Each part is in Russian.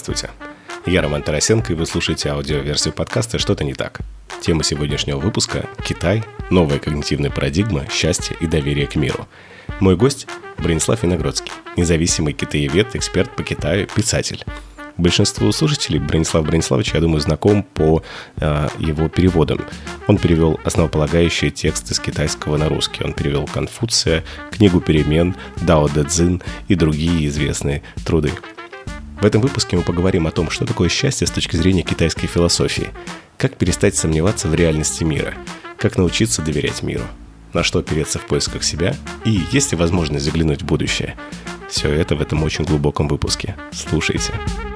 Здравствуйте. Я Роман Тарасенко, и вы слушаете аудиоверсию подкаста «Что-то не так». Тема сегодняшнего выпуска – Китай, новая когнитивная парадигма, счастье и доверие к миру. Мой гость – Бронислав Виногродский, независимый китаевед, эксперт по Китаю, писатель. Большинству слушателей Бронислав Брониславович, я думаю, знаком по его переводам. Он перевел основополагающие тексты с китайского на русский. Он перевел Конфуция, книгу «Перемен», Дао Дэ Цзин и другие известные труды. В этом выпуске мы поговорим о том, что такое счастье с точки зрения китайской философии, как перестать сомневаться в реальности мира, как научиться доверять миру, на что опереться в поисках себя и есть ли возможность заглянуть в будущее. Все это в этом очень глубоком выпуске. Слушайте.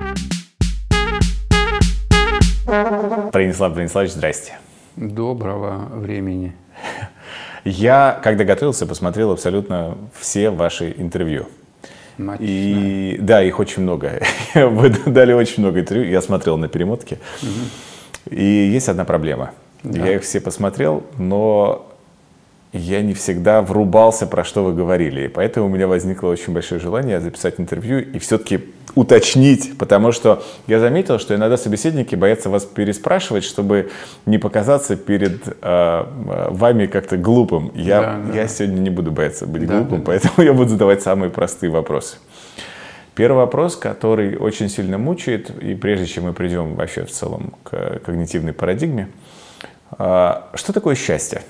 Бронислав Брониславович, здрасте. Доброго времени. Я, когда готовился, посмотрел абсолютно все ваши интервью. И да, их очень много. Вы дали очень много интервью. Я смотрел на перемотке. И есть одна проблема. Да. Я их все посмотрел, но я не всегда врубался, про что вы говорили. И поэтому у меня возникло очень большое желание записать интервью и все-таки уточнить, потому что я заметил, что иногда собеседники боятся вас переспрашивать, чтобы не показаться перед вами как-то глупым. Я сегодня не буду бояться быть глупым, поэтому я буду задавать самые простые вопросы. Первый вопрос, который очень сильно мучает, и прежде чем мы придем вообще в целом к когнитивной парадигме, что такое счастье?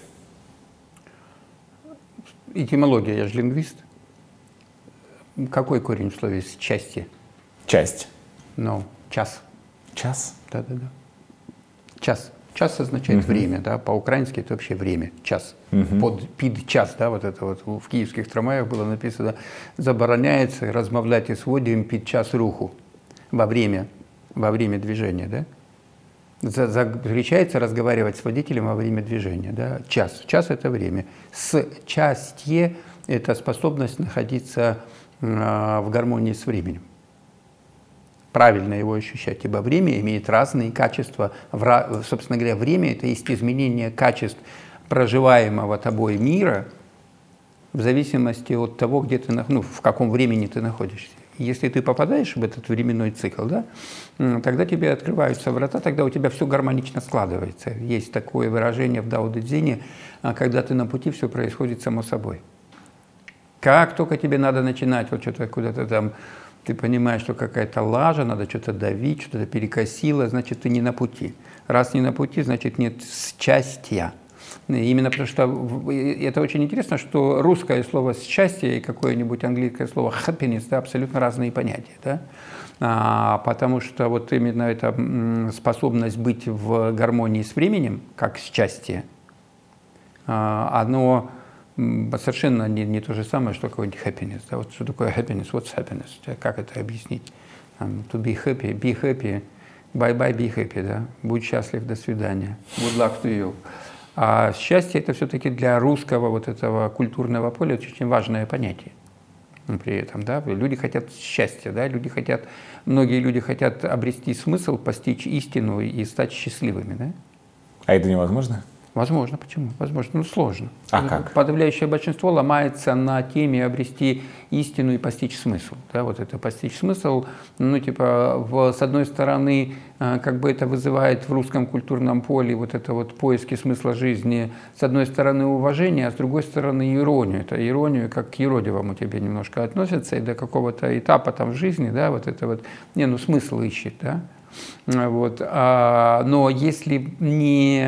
Этимология, я же лингвист. Какой корень в слове «счастье»? Часть. Ну, час. Час? Да. Час. Час означает время, да, по-украински это вообще время, час. Под під час, да, вот это вот в киевских трамваях было написано: забороняется размовлять із водієм під час руху, во время движения, да. Запрещается разговаривать с водителем во время движения, да. Час. Час это время. Счастье это способность находиться в гармонии с временем. Правильно его ощущать, ибо время имеет разные качества. Собственно говоря, время – это есть изменение качеств проживаемого тобой мира в зависимости от того, где ты, в каком времени ты находишься. Если ты попадаешь в этот временной цикл, да, тогда тебе открываются врата, тогда у тебя все гармонично складывается. Есть такое выражение в Дао Дэ Цзине, когда ты на пути, все происходит само собой. Как только тебе надо начинать вот что-то куда-то там, ты понимаешь, что какая-то лажа, надо что-то давить, что-то перекосило, значит, ты не на пути. Раз не на пути, значит, нет счастья. Именно потому что это очень интересно, что русское слово «счастье» и какое-нибудь английское слово «happiness» — это абсолютно разные понятия. Да? Потому что вот именно эта способность быть в гармонии с временем, как счастье, оно совершенно не то же самое, что какой-нибудь happiness. Да? Вот что такое happiness? What's happiness? Как это объяснить? To be happy, bye-bye, be happy. Да? Будь счастлив, до свидания. Good luck to you. А счастье – это все-таки для русского вот этого культурного поля очень важное понятие. При этом, да, люди хотят счастья, да, многие люди хотят обрести смысл, постичь истину и стать счастливыми, да? А это невозможно? Возможно. Почему? Возможно. Сложно. А как? Подавляющее большинство ломается на теме обрести истину и постичь смысл. Да, вот это постичь смысл, с одной стороны, как бы это вызывает в русском культурном поле вот это вот поиски смысла жизни, с одной стороны уважение, а с другой стороны иронию. Это иронию как к юродивому тебе немножко относится, и до какого-то этапа там в жизни, да, вот это вот, смысл ищет, да. Вот. Но если не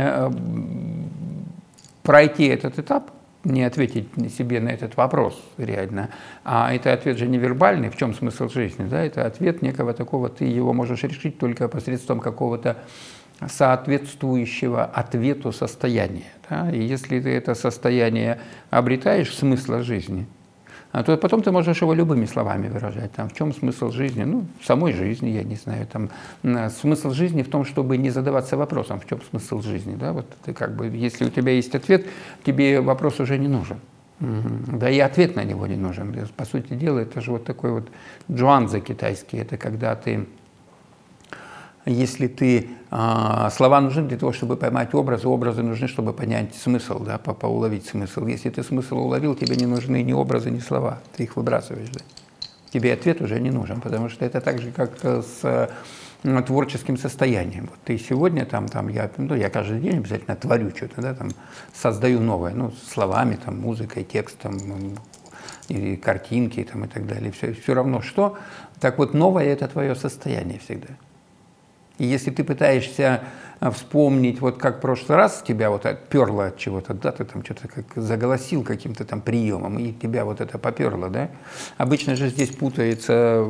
пройти этот этап, не ответить себе на этот вопрос реально, а это ответ же невербальный, в чем смысл жизни, да, это ответ некого такого, ты его можешь решить только посредством какого-то соответствующего ответу состояния. Да? И если ты это состояние обретаешь, смысла жизни, то потом ты можешь его любыми словами выражать. Там, в чем смысл жизни? В самой жизни, я не знаю. Там, смысл жизни в том, чтобы не задаваться вопросом, в чем смысл жизни. Да? Вот ты если у тебя есть ответ, тебе вопрос уже не нужен. Да и ответ на него не нужен. По сути дела, это же вот такой вот джуанза китайский. Это когда ты Если слова нужны для того, чтобы поймать образы, образы нужны, чтобы понять смысл, да, уловить смысл. Если ты смысл уловил, тебе не нужны ни образы, ни слова, ты их выбрасываешь. Да? тебе ответ уже не нужен, потому что это так же, как с творческим состоянием. Вот ты сегодня я каждый день обязательно творю что-то, да, там, создаю новое, словами, там, музыкой, текстом, и картинки там, и так далее. Все равно что. Так вот, новое – это твое состояние всегда. И если ты пытаешься вспомнить, вот как в прошлый раз тебя вот отперло от чего-то, да, ты там что-то как заголосил каким-то там приемом, и тебя вот это поперло, да. Обычно же здесь путается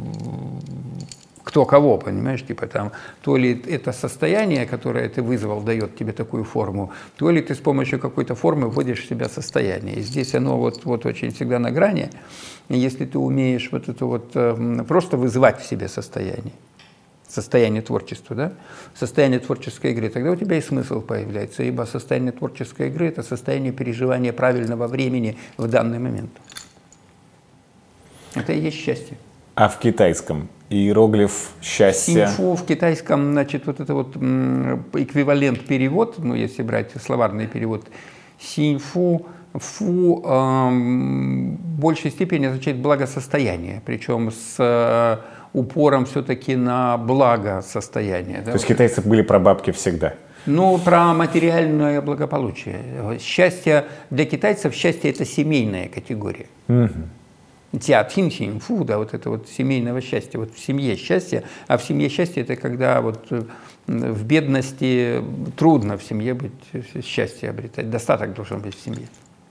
кто кого, понимаешь, типа там, то ли это состояние, которое ты вызвал, дает тебе такую форму, то ли ты с помощью какой-то формы вводишь в себя состояние. И здесь оно вот очень всегда на грани. И если ты умеешь вот это вот просто вызывать в себе состояние творчества, да, состояние творческой игры, тогда у тебя и смысл появляется, ибо состояние творческой игры – это состояние переживания правильного времени в данный момент. Это и есть счастье. А в китайском иероглиф счастья? Синьфу в китайском, значит, вот это вот эквивалент перевод, если брать словарный перевод, синьфу, фу в большей степени означает благосостояние, причем с упором все-таки на благосостояние. Да? То есть китайцы были прабабки всегда? Про материальное благополучие. Счастье для китайцев, счастье – это семейная категория. Фу, да, вот это вот семейного счастья, вот в семье счастье, а в семье счастье это когда вот в бедности трудно в семье быть, счастье обретать, достаток должен быть в семье.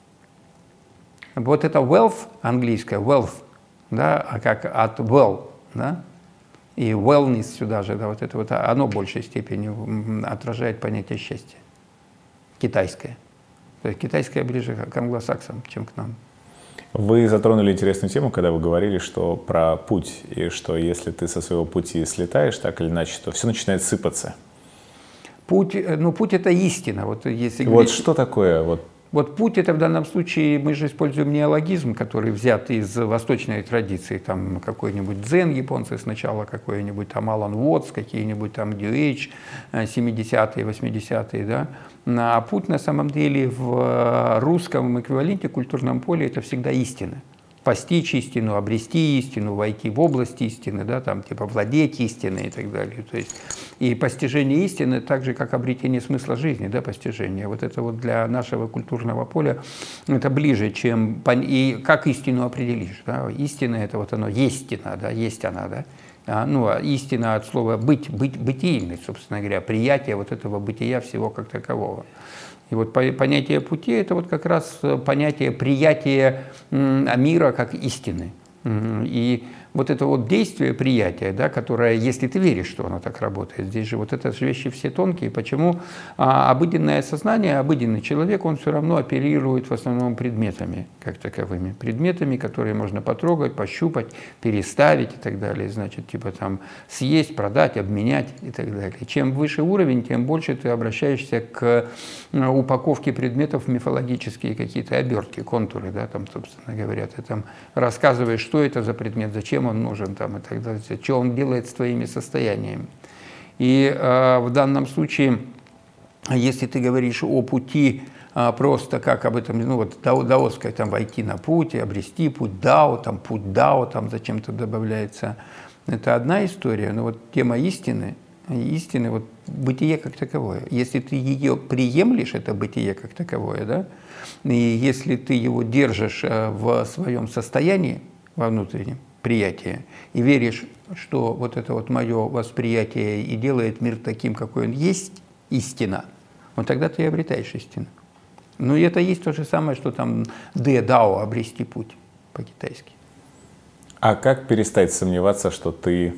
Вот это wealth, английское, wealth, да, а как от well, да, и wellness сюда же, да, вот это вот, оно в большей степени отражает понятие счастья, китайское. То есть китайское ближе к англосаксам, чем к нам. Вы затронули интересную тему, когда вы говорили, что про путь, и что если ты со своего пути слетаешь, так или иначе, то все начинает сыпаться. Путь это истина. Вот, если вот говорить, что такое? Вот путь это в данном случае, мы же используем неологизм, который взят из восточной традиции, там какой-нибудь дзен японцы сначала, какой-нибудь там Алан Уотс, какие-нибудь там Дюэйч, 70-е, 80-е, да. А путь на самом деле в русском эквиваленте, культурном поле это всегда истина. Постичь истину, обрести истину, войти в область истины, да, там, типа владеть истиной и так далее. То есть, и постижение истины так же, как обретение смысла жизни, да, постижение. Вот это вот для нашего культурного поля это ближе, чем... И как истину определишь? Да? Истина – это вот оно, естина, да, есть она, да. А истина от слова быть, бытийность, собственно говоря, приятие вот этого бытия всего как такового. И вот понятие пути – это вот как раз понятие приятия мира как истины. И вот это вот действие приятия, да, которое, если ты веришь, что оно так работает, здесь же вот это же вещи все тонкие, почему обыденное сознание, обыденный человек, он все равно оперирует в основном предметами, как таковыми. Предметами, которые можно потрогать, пощупать, переставить и так далее, значит, типа там съесть, продать, обменять и так далее. Чем выше уровень, тем больше ты обращаешься к упаковке предметов в мифологические какие-то обертки, контуры, да, там, собственно говоря, ты там рассказываешь, что это за предмет, зачем он нужен там, и так далее, что он делает с твоими состояниями. И в данном случае, если ты говоришь о пути просто как об этом, вот даосское, там войти на путь, обрести путь дао, там зачем-то добавляется, это одна история, но вот тема истины, вот бытие как таковое. Если ты ее приемлешь, это бытие как таковое, да, и если ты его держишь в своем состоянии, во внутреннем приятии, и веришь, что вот это вот мое восприятие и делает мир таким, какой он есть, истина, вот тогда ты и обретаешь истину. Но это есть то же самое, что там дао, обрести путь по-китайски. А как перестать сомневаться, что ты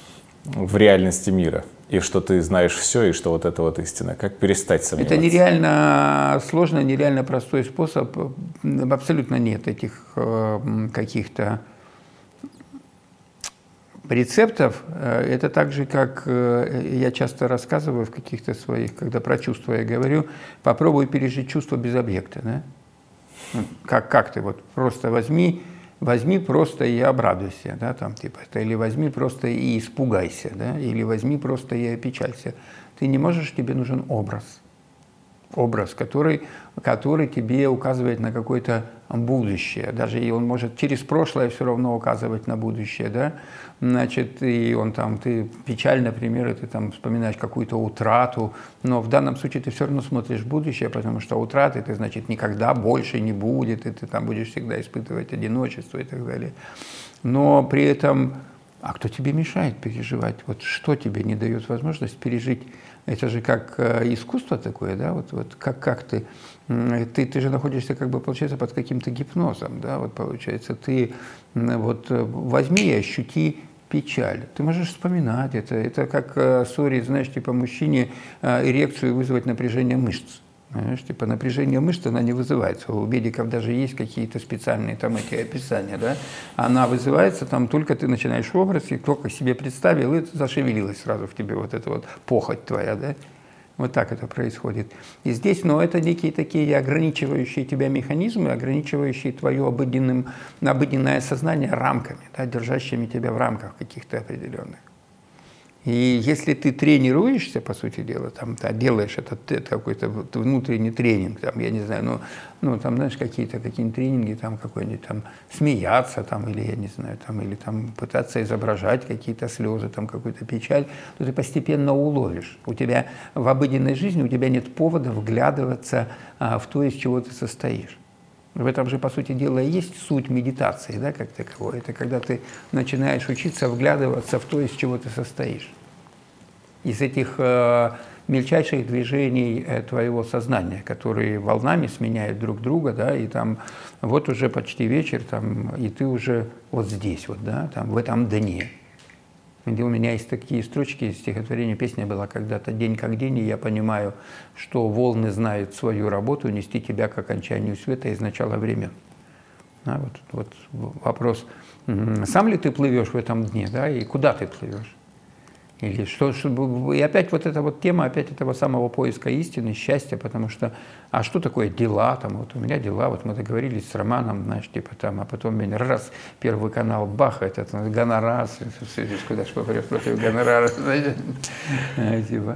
в реальности мира? И что ты знаешь все, и что вот это вот истина. Как перестать сомневаться? Это нереально сложный, нереально простой способ. Абсолютно нет этих каких-то рецептов. Это так же, как я часто рассказываю в каких-то своих, когда про чувства я говорю, попробуй пережить чувство без объекта. Да? Как ты вот просто возьми просто и обрадуйся, да, там, типа, или возьми просто и испугайся, да, или возьми просто и опечалься. Ты не можешь, тебе нужен образ. образ, который тебе указывает на какое-то будущее. Даже и он может через прошлое все равно указывать на будущее, да? Значит, и он там, ты печаль, например, и ты там вспоминаешь какую-то утрату, но в данном случае ты все равно смотришь в будущее, потому что утраты, это значит никогда больше не будет, и ты там будешь всегда испытывать одиночество и так далее. Но при этом, а кто тебе мешает переживать? Вот что тебе не дает возможность пережить? Это же как искусство такое, да, вот как ты же находишься, как бы, получается, под каким-то гипнозом, да, вот получается, ты вот возьми и ощути печаль. Ты можешь вспоминать это как, знаешь, типа мужчине эрекцию вызвать напряжение мышц. Знаешь, типа напряжение мышц, она не вызывается. У медиков даже есть какие-то специальные там эти описания, да? Она вызывается, там только ты начинаешь образ, и только себе представил, и зашевелилась сразу в тебе вот эта вот похоть твоя, да? Вот так это происходит. И здесь, но это некие такие ограничивающие тебя механизмы, ограничивающие твое обыденное сознание рамками, да, держащими тебя в рамках каких-то определенных. И если ты тренируешься, по сути дела, там, делаешь этот какой-то внутренний тренинг, там, я не знаю, там, знаешь, какие-то тренинги, там, какой-нибудь там смеяться, там, или, я не знаю, там, или там пытаться изображать какие-то слезы, там, какую-то печаль, то ты постепенно уловишь. У тебя в обыденной жизни, у тебя нет повода вглядываться в то, из чего ты состоишь. В этом же, по сути дела, и есть суть медитации, да, как таковой. Это когда ты начинаешь учиться вглядываться в то, из чего ты состоишь. Из этих мельчайших движений твоего сознания, которые волнами сменяют друг друга, да, и там вот уже почти вечер, там, и ты уже вот здесь, вот, да, там, в этом дне. Где у меня есть такие строчки из стихотворения, песня была когда-то «День как день, и я понимаю, что волны знают свою работу, нести тебя к окончанию света из начала времен». Да, вот вопрос, сам ли ты плывешь в этом дне, да, и куда ты плывешь? Или и опять вот эта вот тема, опять этого самого поиска истины, счастья, потому что, а что такое дела, там, вот у меня дела, вот мы договорились с Романом, знаешь, типа там, а потом меня раз, Первый канал, бах, этот гонорар, куда ж попрешь против гонорара, типа.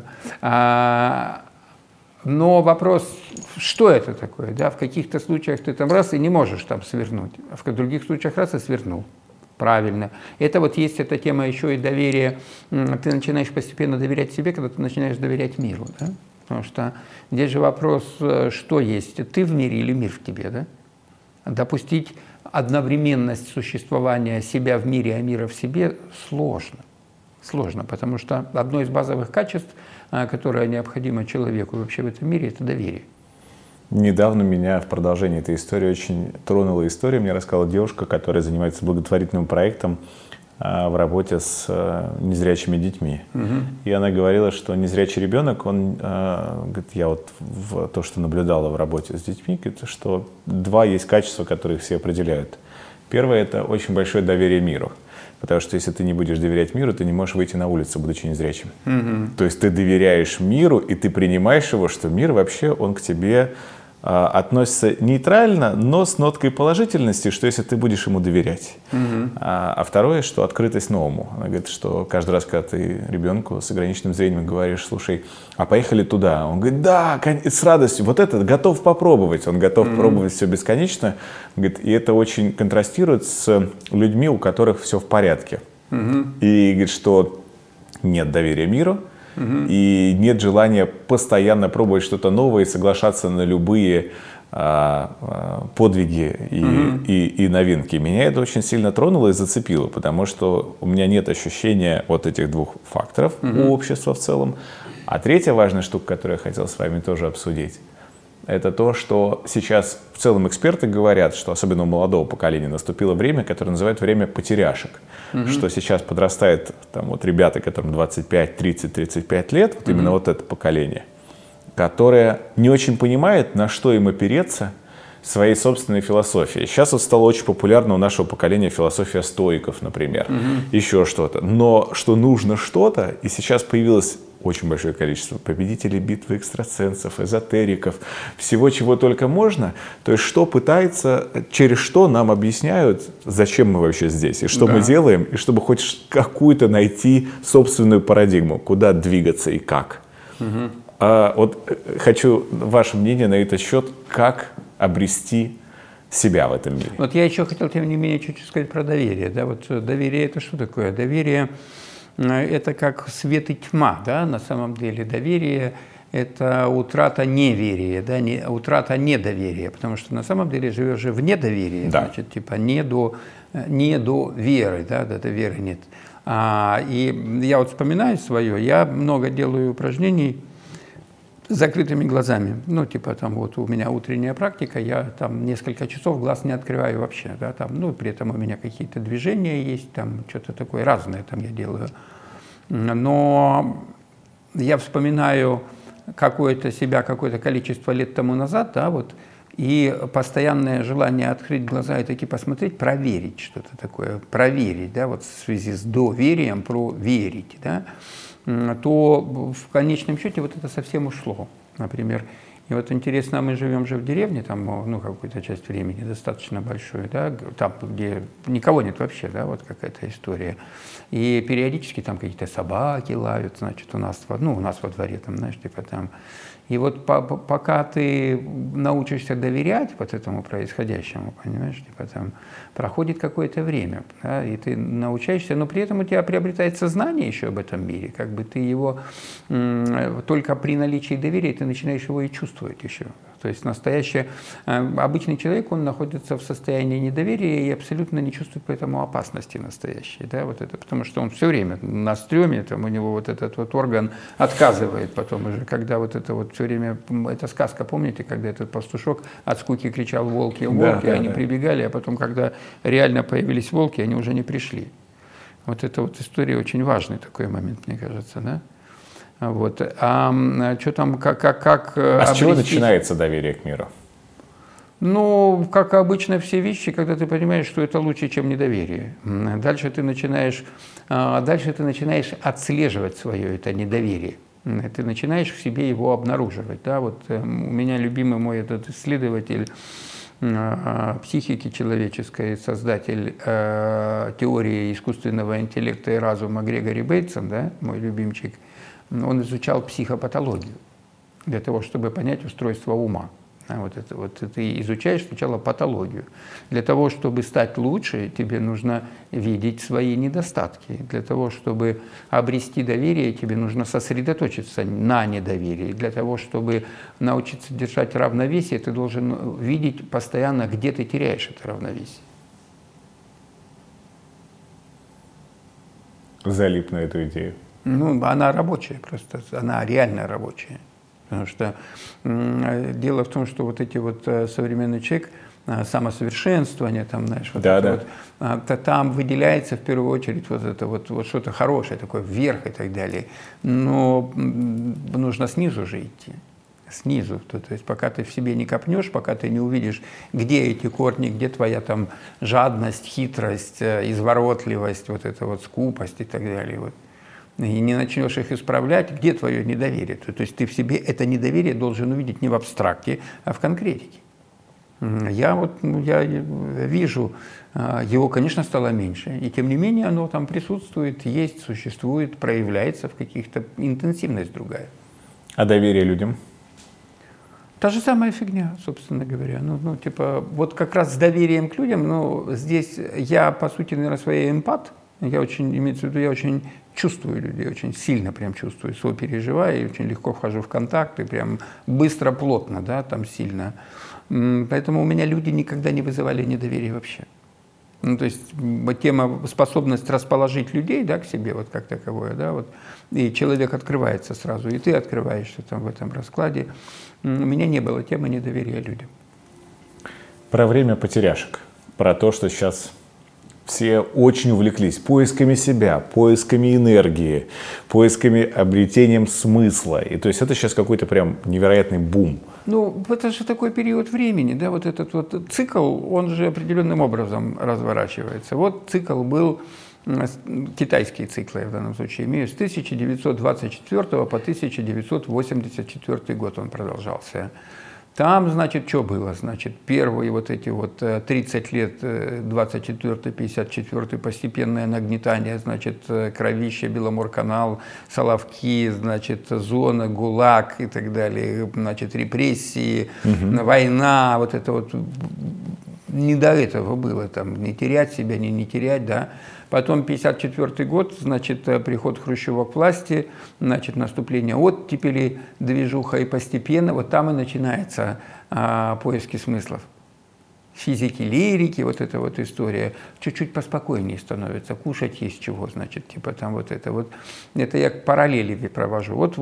Но вопрос, что это такое, да, в каких-то случаях ты там раз и не можешь там свернуть, а в других случаях раз и свернул. Правильно. Это вот есть эта тема еще и доверия. Ты начинаешь постепенно доверять себе, когда ты начинаешь доверять миру. Да? Потому что здесь же вопрос, что есть, ты в мире или мир в тебе. Да? Допустить одновременность существования себя в мире, а мира в себе сложно. Сложно, потому что одно из базовых качеств, которое необходимо человеку вообще в этом мире, это доверие. Недавно меня в продолжении этой истории очень тронула история. Мне рассказала девушка, которая занимается благотворительным проектом в работе с незрячими детьми. И она говорила, что незрячий ребенок, он, говорит, я вот то, что наблюдала в работе с детьми, говорит, что два есть качества, которые их все определяют. Первое – это очень большое доверие миру. Потому что если ты не будешь доверять миру, ты не можешь выйти на улицу, будучи незрячим. То есть ты доверяешь миру, и ты принимаешь его, что мир вообще, он к тебе относится нейтрально, но с ноткой положительности, что если ты будешь ему доверять. А второе, что открытость новому. Она говорит, что каждый раз, когда ты ребенку с ограниченным зрением говоришь, слушай, а поехали туда? Он говорит, да, с радостью, вот это готов попробовать. Он готов пробовать все бесконечно. Говорит, и это очень контрастирует с людьми, у которых все в порядке. И говорит, что нет доверия миру, и нет желания постоянно пробовать что-то новое и соглашаться на любые подвиги и новинки. Меня это очень сильно тронуло и зацепило, потому что у меня нет ощущения вот этих двух факторов у общества в целом. А третья важная штука, которую я хотел с вами тоже обсудить, это то, что сейчас в целом эксперты говорят, что особенно у молодого поколения наступило время, которое называют время потеряшек. Что сейчас подрастает там, вот, ребята, которым 25, 30, 35 лет, вот именно вот это поколение, которое не очень понимает, на что им опереться своей собственной философией. Сейчас вот стало очень популярно у нашего поколения философия стоиков, например, еще что-то. Но что нужно что-то, и сейчас появилось очень большое количество победителей битвы экстрасенсов, эзотериков, всего, чего только можно. То есть, что пытается, через что нам объясняют, зачем мы вообще здесь, и что мы делаем, и чтобы хоть какую-то найти собственную парадигму, куда двигаться и как. вот хочу ваше мнение на этот счет, как обрести себя в этом мире. Вот я еще хотел, тем не менее, чуть-чуть сказать про доверие. Да? Вот доверие – это что такое? Доверие – это как свет и тьма, да? На самом деле. Доверие – это утрата неверия, да? Утрата недоверия, потому что на самом деле живешь же в недоверии, да. Значит, типа не до веры, да? До веры нет. И я вот вспоминаю свое, я много делаю упражнений с закрытыми глазами. Ну, типа там вот у меня утренняя практика, я там несколько часов глаз не открываю вообще, да, там, ну, при этом у меня какие-то движения есть, там, что-то такое разное там я делаю. Но я вспоминаю какое-то себя, какое-то количество лет тому назад, да, вот, и постоянное желание открыть глаза и таки посмотреть, проверить что-то такое, проверить, да, вот в связи с доверием, проверить, да, то в конечном счете вот это совсем ушло, например. И вот интересно, мы живем же в деревне, там, ну, какую-то часть времени достаточно большую, да, там, где никого нет вообще, да, вот какая-то история. И периодически там какие-то собаки лают, значит, у нас во дворе, там, знаешь, типа там. И вот пока ты научишься доверять вот этому происходящему, понимаешь, типа там, проходит какое-то время, да, и ты научаешься, но при этом у тебя приобретается знание еще об этом мире, как бы ты его только при наличии доверия ты начинаешь его и чувствовать еще. То есть настоящий, обычный человек, он находится в состоянии недоверия и абсолютно не чувствует поэтому опасности настоящей, да, вот это, потому что он все время на стреме, там у него вот этот вот орган отказывает потом уже, когда вот это вот все время, эта сказка, помните, когда этот пастушок от скуки кричал «волки, волки», они прибегали, а потом, когда реально появились волки, они уже не пришли. Вот эта вот история очень важный такой момент, мне кажется, да? Вот. Что там, А с чего начинается доверие к миру? Ну, как обычно, все вещи, когда ты понимаешь, что это лучше, чем недоверие. Дальше ты начинаешь отслеживать свое это недоверие. Ты начинаешь в себе его обнаруживать. Да? Вот у меня любимый мой этот исследователь психики человеческой, создатель теории искусственного интеллекта и разума Грегори Бейтсон, да, мой любимчик, он изучал психопатологию для того, чтобы понять устройство ума. Вот ты изучаешь сначала патологию. Для того, чтобы стать лучше, тебе нужно видеть свои недостатки. Для того, чтобы обрести доверие, тебе нужно сосредоточиться на недоверии. Для того, чтобы научиться держать равновесие, ты должен видеть постоянно, где ты теряешь это равновесие. Залип на эту идею. Ну, она рабочая просто, она реально рабочая. Потому что дело в том, что вот эти вот современный человек, самосовершенствование, там, знаешь, вот это вот, там выделяется в первую очередь вот это вот что-то хорошее, такое вверх и так далее. Но нужно снизу же идти. Снизу. То есть пока ты в себе не копнешь, пока ты не увидишь, где эти корни, где твоя там жадность, хитрость, изворотливость, вот эта вот скупость и так далее. Вот. И не начнешь их исправлять, где твое недоверие? То есть ты в себе это недоверие должен увидеть не в абстракте, а в конкретике. Я вижу, его, конечно, стало меньше, и тем не менее оно там присутствует, есть, существует, проявляется в каких-то интенсивность другая. А доверие людям? Та же самая фигня, собственно говоря. Ну, типа, вот как раз с доверием к людям, ну, здесь я, по сути, наверное, своей эмпат, имеется в виду, я очень чувствую людей, очень сильно прям чувствую, сопереживаю, и очень легко вхожу в контакты, прям быстро, плотно, да, там сильно. Поэтому у меня люди никогда не вызывали недоверия вообще. Ну, то есть тема, способность расположить людей, да, к себе, вот как таковое, да, вот, и человек открывается сразу, и ты открываешься там в этом раскладе. У меня не было темы недоверия людям. Про время потеряшек, про то, что сейчас все очень увлеклись поисками себя, поисками энергии, поисками, обретением смысла. И то есть это сейчас какой-то прям невероятный бум. Ну, это же такой период времени, да, вот этот вот цикл, он же определенным образом разворачивается. Вот цикл был, китайские циклы я в данном случае имею, с 1924 по 1984 год он продолжался. Там, значит, что было? Значит, первые вот эти вот 30 лет, 24-54 постепенное нагнетание, значит, Кровище, Беломорканал, Соловки, значит, зона, ГУЛАГ и так далее, значит, репрессии, война, вот это вот, не до этого было, там, не терять себя, не терять, да. Потом 1954 год, значит, приход Хрущева к власти, значит, наступление оттепели, движуха, и постепенно вот там и начинается поиски смыслов. Физики, лирики, вот эта вот история, чуть-чуть поспокойнее становится, кушать есть чего, значит, типа там вот это вот. Это я параллели провожу. Вот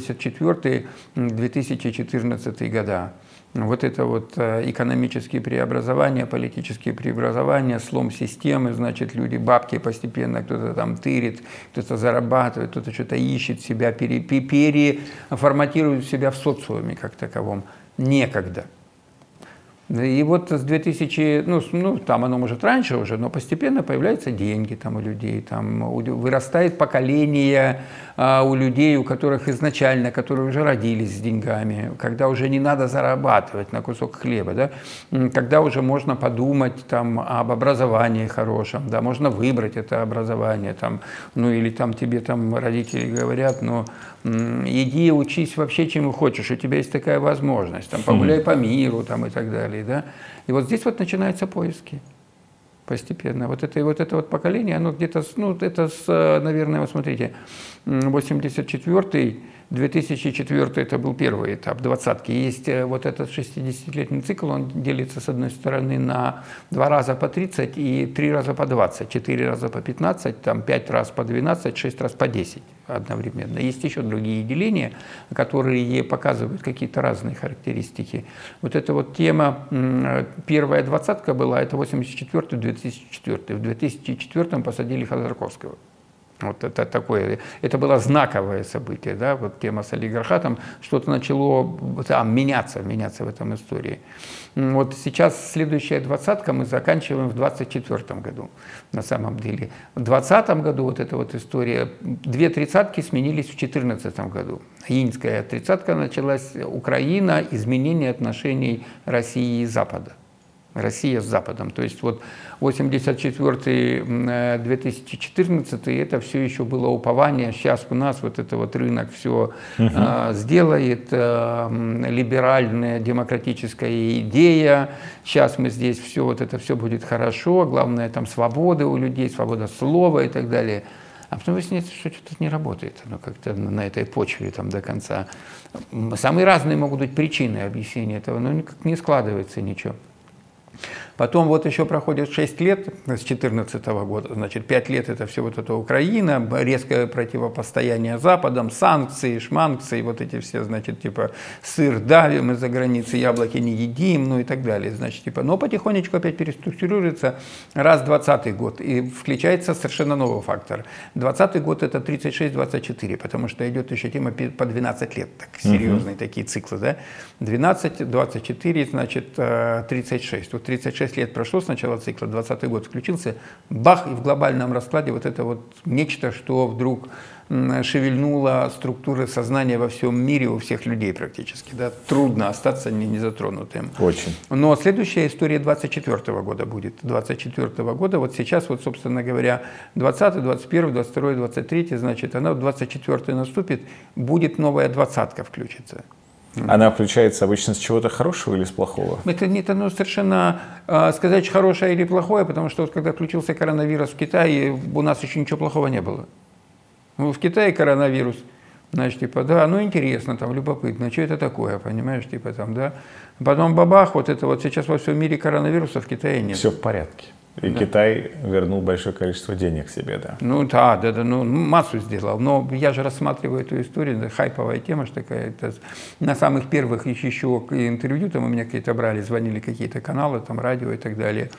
1984-2014 года. Вот это вот экономические преобразования, политические преобразования, слом системы, значит, люди бабки постепенно, кто-то там тырит, кто-то зарабатывает, кто-то что-то ищет себя, переформатирует себя в социуме как таковом. Некогда. И вот с 2000, ну, там оно может раньше уже, но постепенно появляются деньги там у людей, там вырастает поколение у людей, у которых изначально, которые уже родились с деньгами, когда уже не надо зарабатывать на кусок хлеба, да, когда уже можно подумать там об образовании хорошем, да, можно выбрать это образование, там, ну или там тебе там родители говорят, ну, иди учись вообще чему хочешь, у тебя есть такая возможность, там, погуляй по миру там, и так далее. Да? И вот здесь вот начинаются поиски постепенно. Вот это поколение, оно где-то, ну, это наверное, вот смотрите, 84-й, 2004 это был первый этап, двадцатки. Есть вот этот 60-летний цикл, он делится с одной стороны на 2 раза по 30 и 3 раза по 20, 4 раза по 15, там 5 раз по 12, 6 раз по 10 одновременно. Есть еще другие деления, которые показывают какие-то разные характеристики. Вот эта вот тема, первая двадцатка была, это 84-2004. В 2004 посадили Ходорковского. Вот это такое, это было знаковое событие, да, вот тема с олигархатом, что-то начало меняться в этом истории. Вот сейчас следующая двадцатка мы заканчиваем в 2024 году, на самом деле. В 2020 году вот эта вот история, 2 тридцатки сменились в 2014 году. Июньская тридцатка началась, Украина, изменение отношений России и Запада. Россия с Западом. То есть вот 84-2014 это все еще было упование. Сейчас у нас вот это вот рынок все сделает, либеральная демократическая идея. Сейчас мы здесь все, вот это все будет хорошо. Главное там свобода у людей, свобода слова и так далее. А потом выясняется, что что-то не работает, оно как-то на этой почве там до конца. Самые разные могут быть причины объяснения этого, но никак не складывается ничего. Потом вот еще проходит 6 лет с 2014 года, значит, 5 лет это все вот это Украина, резкое противопостояние Западом, санкции, шманкции, вот эти все, значит, типа сыр давим из-за границы, яблоки не едим, ну и так далее, значит, типа, но потихонечку опять переструктурируется раз 20-й год, и включается совершенно новый фактор. 20-й год это 36-24, потому что идет еще тема по 12 лет, так, серьезные такие циклы, да, 12, 24, значит, 36, вот 36 лет прошло с начала цикла, 20-й год включился, бах, и в глобальном раскладе вот это вот нечто, что вдруг шевельнуло структуры сознания во всем мире у всех людей практически. Да? Трудно остаться незатронутым. Очень. Но следующая история 24 года будет. 24 года, вот сейчас, вот, собственно говоря, 20, 21, 22, 23, значит, она в 24 наступит, будет новая двадцатка включится. Она включается обычно с чего-то хорошего или с плохого? Это ну, совершенно сказать хорошее или плохое, потому что вот, когда включился коронавирус в Китае, у нас еще ничего плохого не было. Ну, в Китае коронавирус, значит, типа, да, ну интересно, там, любопытно, что это такое, понимаешь, типа там, да. Потом бабах, вот это вот сейчас во всем мире коронавируса, в Китае нет. Все в порядке. И да. Китай вернул большое количество денег себе, да. Ну да, ну массу сделал. Но я же рассматриваю эту историю, это хайповая тема, что такая. Это на самых первых еще интервью, там у меня какие-то брали, звонили какие-то каналы, там радио и так далее.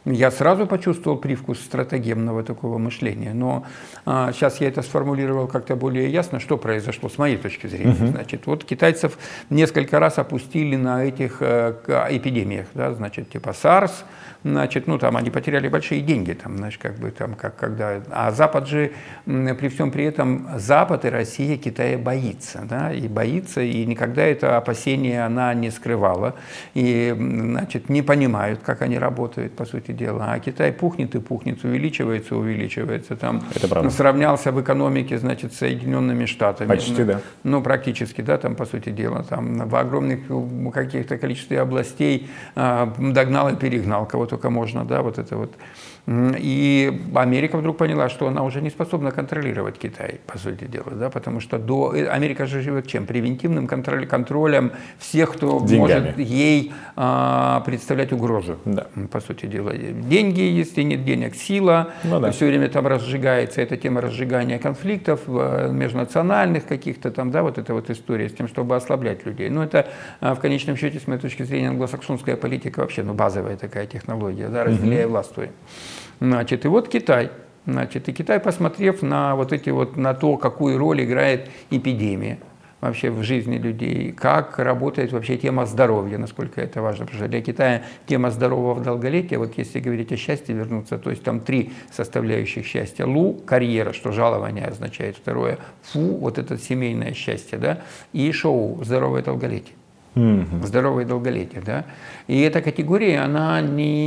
я сразу почувствовал привкус стратегемного такого мышления. Но сейчас я это сформулировал как-то более ясно, что произошло с моей точки зрения. Значит, вот китайцев несколько раз опустили на этих эпидемиях, да, значит, типа SARS, значит, ну там они потеряли большие деньги, там, знаешь, как бы там, когда, а Запад же, при всем при этом, Запад и Россия Китая боится, да, и боится, и никогда это опасение она не скрывала, и, значит, не понимают, как они работают, по сути дела, а Китай пухнет и пухнет, увеличивается, там, сравнялся в экономике, значит, с Соединенными Штатами. Почти, да. Ну, практически, да, там, по сути дела, там, в огромных каких-то количестве областей догнал и перегнал кого только можно, да, вот это вот. И Америка вдруг поняла, что она уже не способна контролировать Китай, по сути дела, да, потому что Америка же живет чем? Превентивным контролем всех, кто может ей представлять угрозу, да, по сути дела. Деньги, если нет денег, сила, все время там разжигается эта тема разжигания конфликтов межнациональных каких-то там, да, вот эта вот история с тем, чтобы ослаблять людей. Но это в конечном счете, с моей точки зрения, англосаксонская политика вообще, ну, базовая такая технология, да, разделяя властвуй. Значит, и вот Китай. Значит, и Китай, посмотрев на вот эти вот, на то, какую роль играет эпидемия вообще в жизни людей, как работает вообще тема здоровья, насколько это важно, потому что для Китая тема здорового долголетия, вот если говорить о счастье вернуться, то есть там 3 составляющих счастья. Лу – карьера, что жалование означает. Второе – фу – вот это семейное счастье, да, и шоу – здоровое долголетие. Здоровое долголетие, да. И эта категория, она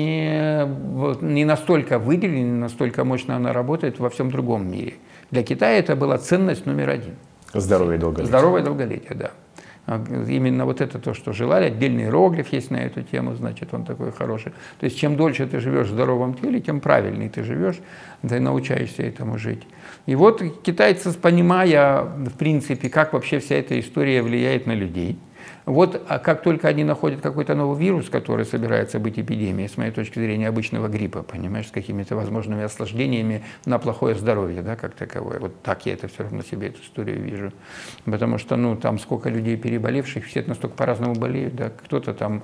не настолько выделена, не настолько мощно она работает во всем другом мире. Для Китая это была ценность номер 1. Здоровое долголетие. Здоровое долголетие, да. Именно вот это то, что желали. Отдельный иероглиф есть на эту тему, значит, он такой хороший. То есть, чем дольше ты живешь в здоровом теле, тем правильнее ты живешь, ты научаешься этому жить. И вот китайцы, понимая, в принципе, как вообще вся эта история влияет на людей, вот как только они находят какой-то новый вирус, который собирается быть эпидемией, с моей точки зрения, обычного гриппа, понимаешь, с какими-то возможными осложнениями на плохое здоровье, да, как таковое. Вот так я это все равно себе эту историю вижу. Потому что, ну, там сколько людей переболевших, все настолько по-разному болеют, да, кто-то там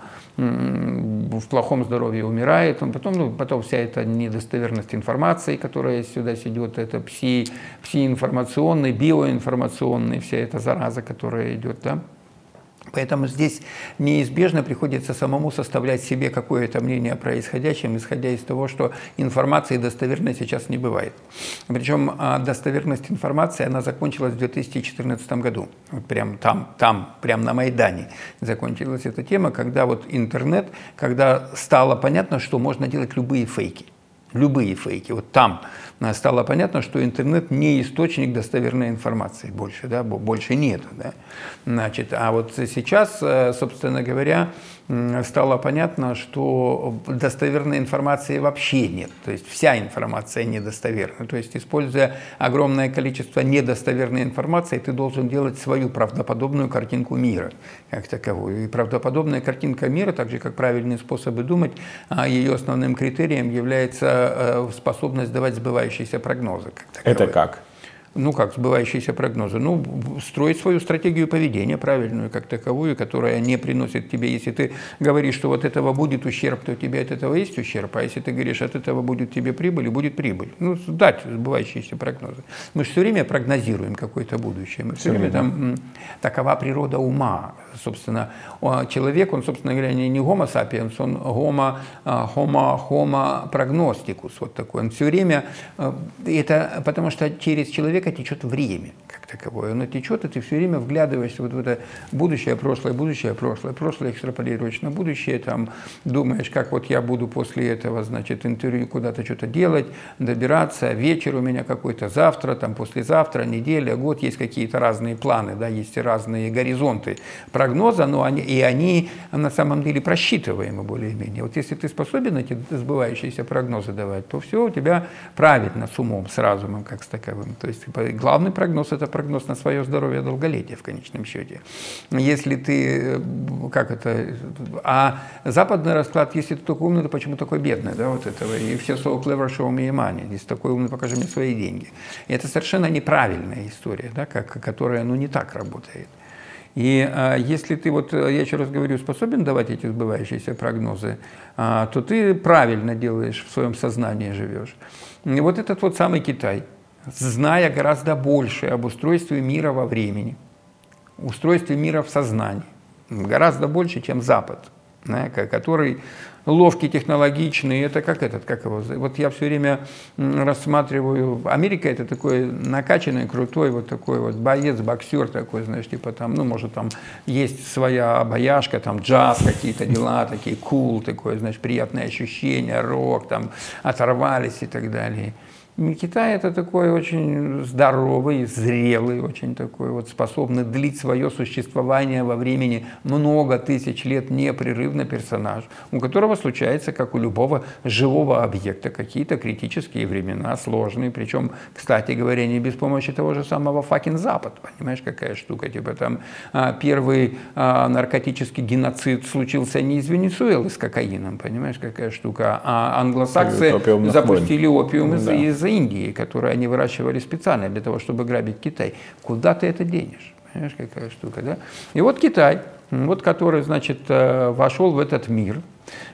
в плохом здоровье умирает, потом вся эта недостоверность информации, которая сюда идет, это пси-информационный, биоинформационный, вся эта зараза, которая идет, да. Поэтому здесь неизбежно приходится самому составлять себе какое-то мнение о происходящем, исходя из того, что информации достоверной сейчас не бывает. Причем достоверность информации, она закончилась в 2014 году. Вот прям прям на Майдане закончилась эта тема, когда вот интернет, когда стало понятно, что можно делать любые фейки. Любые фейки. Вот там стало понятно, что интернет не источник достоверной информации больше, да, больше нету, да. Значит, а вот сейчас, собственно говоря, стало понятно, что достоверной информации вообще нет. То есть вся информация недостоверна. То есть, используя огромное количество недостоверной информации, ты должен делать свою правдоподобную картинку мира как таковую. И правдоподобная картинка мира, так же как правильные способы думать, ее основным критерием является способность давать сбывающиеся прогнозы. Это как? Ну как, сбывающиеся прогнозы? Ну, строить свою стратегию поведения правильную, как таковую, которая не приносит тебе, если ты говоришь, что вот этого будет ущерб, то у тебя от этого есть ущерб, а если ты говоришь, от этого будет тебе прибыль, и будет прибыль. Ну, дать сбывающиеся прогнозы. Мы же все время прогнозируем какое-то будущее, мы все время там, такова природа ума. Собственно, человек, он, собственно говоря, не homo sapiens, он homo prognosticus, вот такой. Он все время, это потому что через человека течет время, как таковое. Оно течет, и ты все время вглядываешься вот в это будущее, прошлое, прошлое экстраполируешь на будущее, там думаешь, как вот я буду после этого, значит, интервью куда-то что-то делать, добираться, вечер у меня какой-то, завтра, там, послезавтра, неделя, год, есть какие-то разные планы, да, есть разные горизонты прогноза, но они на самом деле просчитываемы более-менее. Вот если ты способен эти сбывающиеся прогнозы давать, то все у тебя правильно, с умом, с разумом, как с таковым. То есть главный прогноз – это прогноз на свое здоровье и долголетие в конечном счете. Если ты, а западный расклад, если ты только умный, то почему такой бедный, да, вот этого, и все so clever, show me your money, если такой умный, покажи мне свои деньги. И это совершенно неправильная история, да, которая, ну, не так работает. И если ты, вот я еще раз говорю, способен давать эти сбывающиеся прогнозы, то ты правильно делаешь, в своем сознании живешь. И вот этот вот самый Китай, зная гораздо больше об устройстве мира во времени, устройстве мира в сознании, гораздо больше, чем Запад, который ловкий, технологичный, это как его, вот я все время рассматриваю, Америка это такой накачанный, крутой, вот такой вот боец, боксер такой, знаешь, типа там, ну, может, там есть своя обаяшка, там джаз, какие-то дела, такие кул, такое, знаешь, приятное ощущение, рок, там, оторвались и так далее. Китай это такой очень здоровый, зрелый, очень такой вот способный длить свое существование во времени много тысяч лет непрерывно персонаж, у которого случается, как у любого живого объекта, какие-то критические времена, сложные, причем, кстати говоря, не без помощи того же самого fucking Запада, понимаешь, какая штука, типа там первый наркотический геноцид случился не из Венесуэлы с кокаином, понимаешь, какая штука, а англосаксы запустили опиум из Индии, которую они выращивали специально для того, чтобы грабить Китай. Куда ты это денешь? Понимаешь, какая штука, да? И вот Китай, вот который, значит, вошел в этот мир,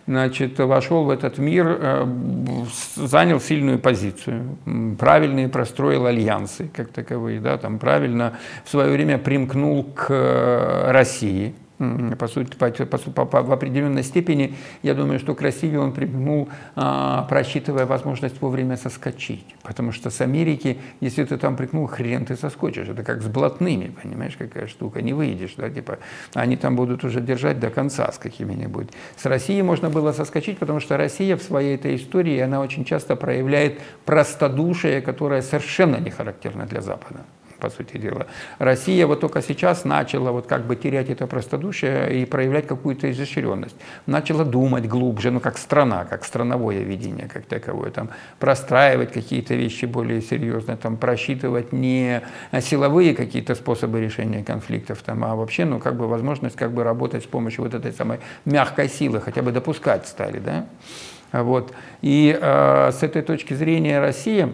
занял сильную позицию, правильно простроил альянсы как таковые, да, там правильно в свое время примкнул к России. По сути, в определенной степени, я думаю, что к России он примкнул, просчитывая возможность вовремя соскочить. Потому что с Америки, если ты там примкнул, хрен ты соскочишь. Это как с блатными, понимаешь, какая штука, не выйдешь. Да, типа, они там будут уже держать до конца с какими-нибудь. С Россией можно было соскочить, потому что Россия в своей этой истории, она очень часто проявляет простодушие, которое совершенно не характерно для Запада. По сути дела. Россия вот только сейчас начала вот как бы терять это простодушие и проявлять какую-то изощренность. Начала думать глубже, ну как страна, как страновое видение, как таковое, там, простраивать какие-то вещи более серьезно, там, просчитывать не силовые какие-то способы решения конфликтов, там, а вообще, ну, как бы возможность как бы работать с помощью вот этой самой мягкой силы, хотя бы допускать стали, да? Вот. И с этой точки зрения Россия,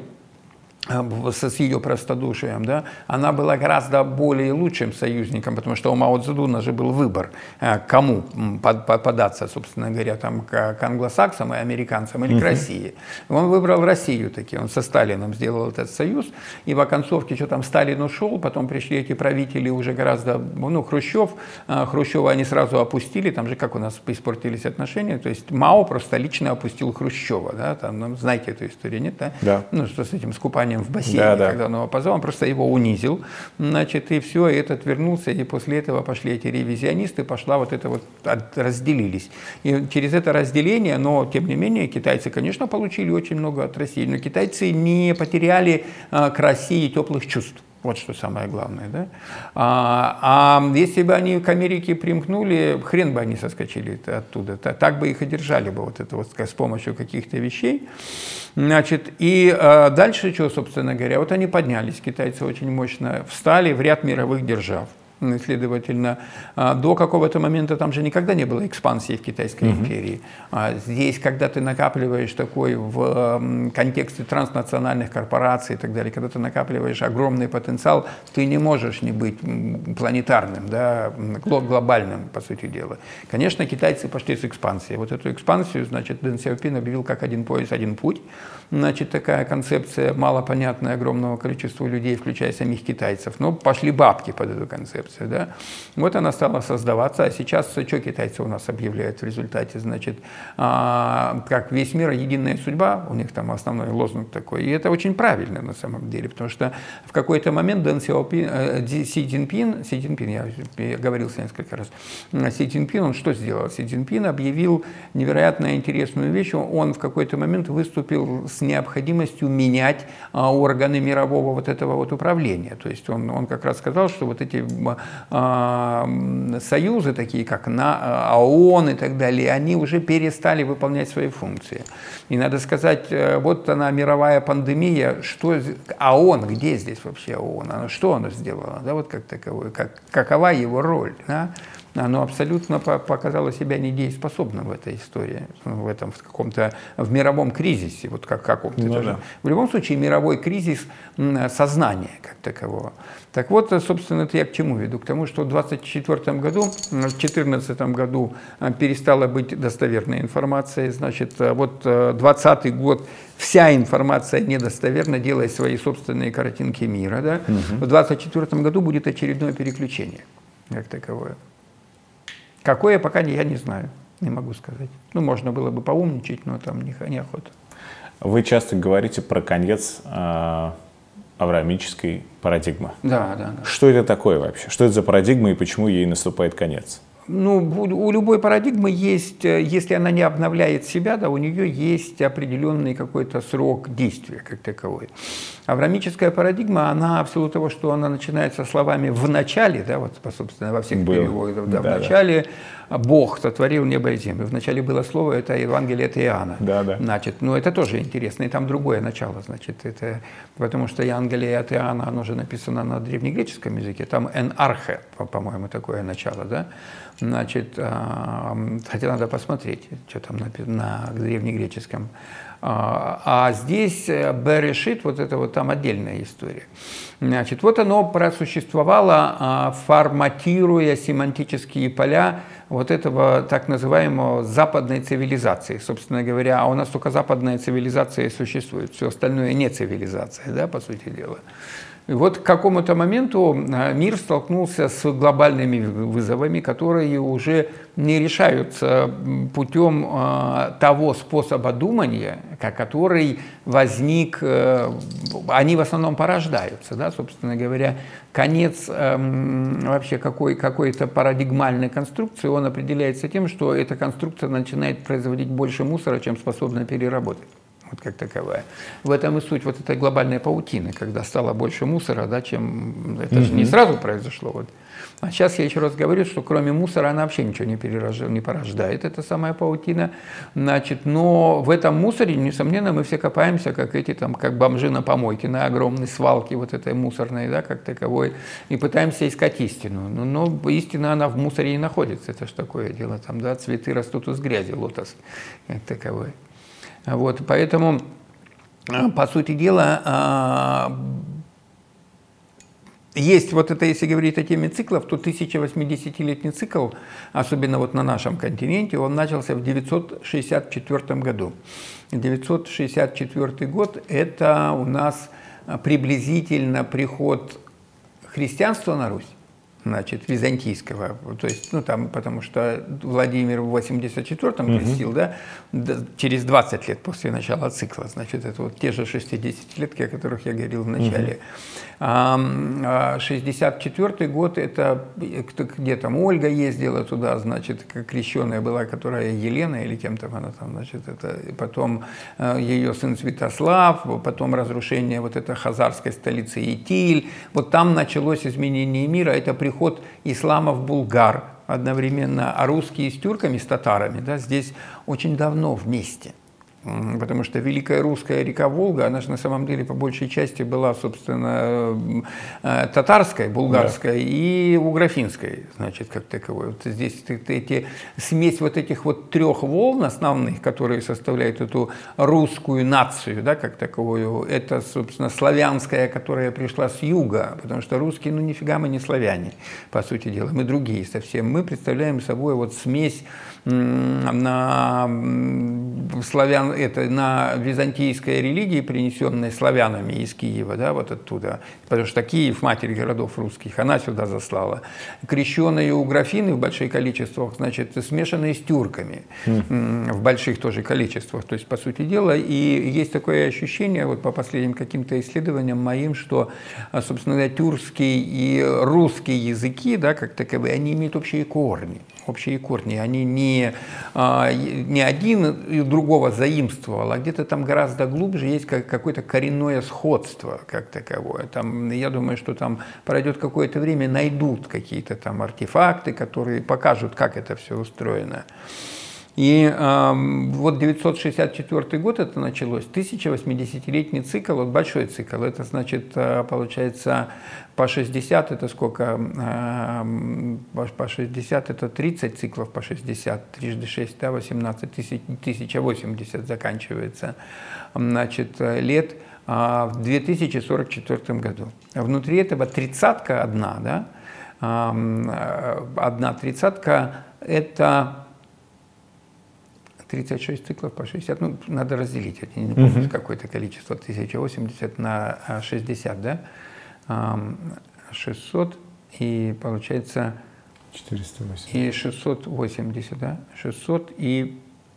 с ее простодушием, да, она была гораздо более лучшим союзником, потому что у Мао Цзэдуна же был выбор, кому податься, собственно говоря, там, к англосаксам и американцам или к России. Он выбрал Россию таки, он со Сталином сделал этот союз, и в оконцовке, что там, Сталин ушел, потом пришли эти правители уже гораздо, ну, Хрущева они сразу опустили, там же как у нас испортились отношения, то есть Мао просто лично опустил Хрущева, да, там, ну, знаете эту историю, нет, да? Да. Ну, что с этим скупанием в бассейне, когда он его позвал, он просто его унизил, значит, и все, и этот вернулся, и после этого пошли эти ревизионисты, пошла вот это вот, разделились. И через это разделение, но, тем не менее, китайцы, конечно, получили очень много от России, но китайцы не потеряли к России теплых чувств. Вот что самое главное, да? А если бы они к Америке примкнули, хрен бы они соскочили оттуда. Так бы их и держали бы вот это вот с помощью каких-то вещей. Значит, и дальше что, собственно говоря, вот они поднялись, китайцы очень мощно встали в ряд мировых держав. Следовательно, до какого-то момента там же никогда не было экспансии в Китайской империи. Здесь, когда ты накапливаешь такой в контексте транснациональных корпораций и так далее, когда ты накапливаешь огромный потенциал, ты не можешь не быть планетарным, да, глобальным, по сути дела. Конечно, китайцы пошли с экспансией. Вот эту экспансию, значит, Дэн Сяопин объявил как один пояс, один путь. Значит, такая концепция, малопонятная огромного количества людей, включая самих китайцев. Но пошли бабки под эту концепцию. Да? Вот она стала создаваться, а сейчас что китайцы у нас объявляют в результате, значит, как весь мир, единая судьба, у них там основной лозунг такой, и это очень правильно на самом деле, потому что в какой-то момент Си Цзиньпин, я говорился несколько раз, Си Цзиньпин, он что сделал? Си Цзиньпин объявил невероятно интересную вещь, он в какой-то момент выступил с необходимостью менять органы мирового вот этого вот управления, то есть он как раз сказал, что вот эти союзы, такие как ООН и так далее, они уже перестали выполнять свои функции. И надо сказать, вот она мировая пандемия, что ООН, где здесь вообще ООН, что она сделала, да, вот как таковое, какова его роль, да? оно абсолютно показало себя недееспособным в этой истории, в мировом кризисе, вот как каком-то. Да. В любом случае, мировой кризис сознания как такового. Так вот, собственно, это я к чему веду? К тому, что в 2024 году, в 2014 году перестала быть достоверной информацией, значит, вот 2020 год, вся информация недостоверна, делая свои собственные картинки мира, да? В 2024 году будет очередное переключение, как таковое. Какое, пока я не знаю, не могу сказать. Ну, можно было бы поумничать, но там неохота. Вы часто говорите про конец авраамической парадигмы. Да. Что это такое вообще? Что это за парадигма и почему ей наступает конец? Ну, у любой парадигмы есть, если она не обновляет себя, да, у нее есть определенный какой-то срок действия как таковой. Авраамическая парадигма, она в силу того, что она начинается словами «в начале», да, вот, собственно, во всех переводах, да, в начале Бог сотворил небо и землю. В начале было слово, это Евангелие от Иоанна. Да. Значит, ну, это тоже интересно, и там другое начало, значит, это, потому что Евангелие от Иоанна, оно же написано на древнегреческом языке, там «эн архе», по-моему, такое начало, да. Значит, хотя надо посмотреть, что там на древнегреческом. А здесь Берешит, вот это вот там отдельная история. Значит, вот оно просуществовало, форматируя семантические поля вот этого так называемого западной цивилизации. Собственно говоря, а у нас только западная цивилизация существует, все остальное не цивилизация, да, по сути дела. И вот к какому-то моменту мир столкнулся с глобальными вызовами, которые уже не решаются путем того способа думания, который возник, они в основном порождаются, да, собственно говоря. Конец вообще какой-то парадигмальной конструкции, он определяется тем, что эта конструкция начинает производить больше мусора, чем способна переработать. Вот как таковая. В этом и суть вот этой глобальной паутины, когда стало больше мусора, да, чем... Это же не сразу произошло. Вот. А сейчас я еще раз говорю, что кроме мусора она вообще ничего не порождает, эта самая паутина. Значит, но в этом мусоре, несомненно, мы все копаемся, как эти там, как бомжи на помойке, на огромной свалке вот этой мусорной, да, как таковой, и пытаемся искать истину. Но истина, она в мусоре и находится. Это ж такое дело. Там, да, цветы растут из грязи, лотос, как таковой. Вот, поэтому, по сути дела, есть вот это, если говорить о теме циклов, то 1080-летний цикл, особенно вот на нашем континенте, он начался в 964 году. 964 год – это у нас приблизительно приход христианства на Русь. Значит, византийского, то есть, ну, там, потому что Владимир в 84-м крестил, да, через 20 лет после начала цикла, значит, это вот те же 60-летки, о которых я говорил в начале. 64-й год, это где там Ольга ездила туда, значит, крещеная была, которая Елена или кем-то она там, значит, это, потом ее сын Святослав, потом разрушение вот этой хазарской столицы Итиль, вот там началось изменение мира, это приход ислама в Булгар одновременно, а русские с тюрками, с татарами, да, здесь очень давно вместе. Потому что Великая Русская река Волга, она же на самом деле по большей части была, собственно, татарской, булгарской, да, и угрофинской, значит, как таковой. Вот здесь смесь вот этих вот трех волн основных, которые составляют эту русскую нацию, да, как таковую, это, собственно, славянская, которая пришла с юга, потому что русские, ну, нифига мы не славяне, по сути дела, мы другие совсем. Мы представляем собой вот смесь на славян, это на византийской религии, принесенной славянами из Киева, да, вот оттуда, потому что Киев, матерь городов русских, она сюда заслала. Крещеные угрофины в больших количествах, значит, смешанные с тюрками в больших тоже количествах, то есть, по сути дела, и есть такое ощущение, вот по последним каким-то исследованиям моим, что, собственно, тюркский и русский языки, да, как таковые, они имеют общие корни, они не один другого заимствовал, а где-то там гораздо глубже есть какое-то коренное сходство как таковое. Там, я думаю, что там пройдет какое-то время, найдут какие-то там артефакты, которые покажут, как это все устроено. И вот 964 год это началось, 1080-летний цикл, вот большой цикл, это значит, получается, по 60 это сколько? По 60 это 30 циклов по 60, трижды 6, да, 18, 1080 заканчивается, значит, лет в 2044 году. Внутри этого тридцатка одна, да, одна тридцатка это 36 циклов по 60, ну, надо разделить, я не помню, какое-то количество, 1080 на 60, да, 600, и получается 480. И 680, да, 600 и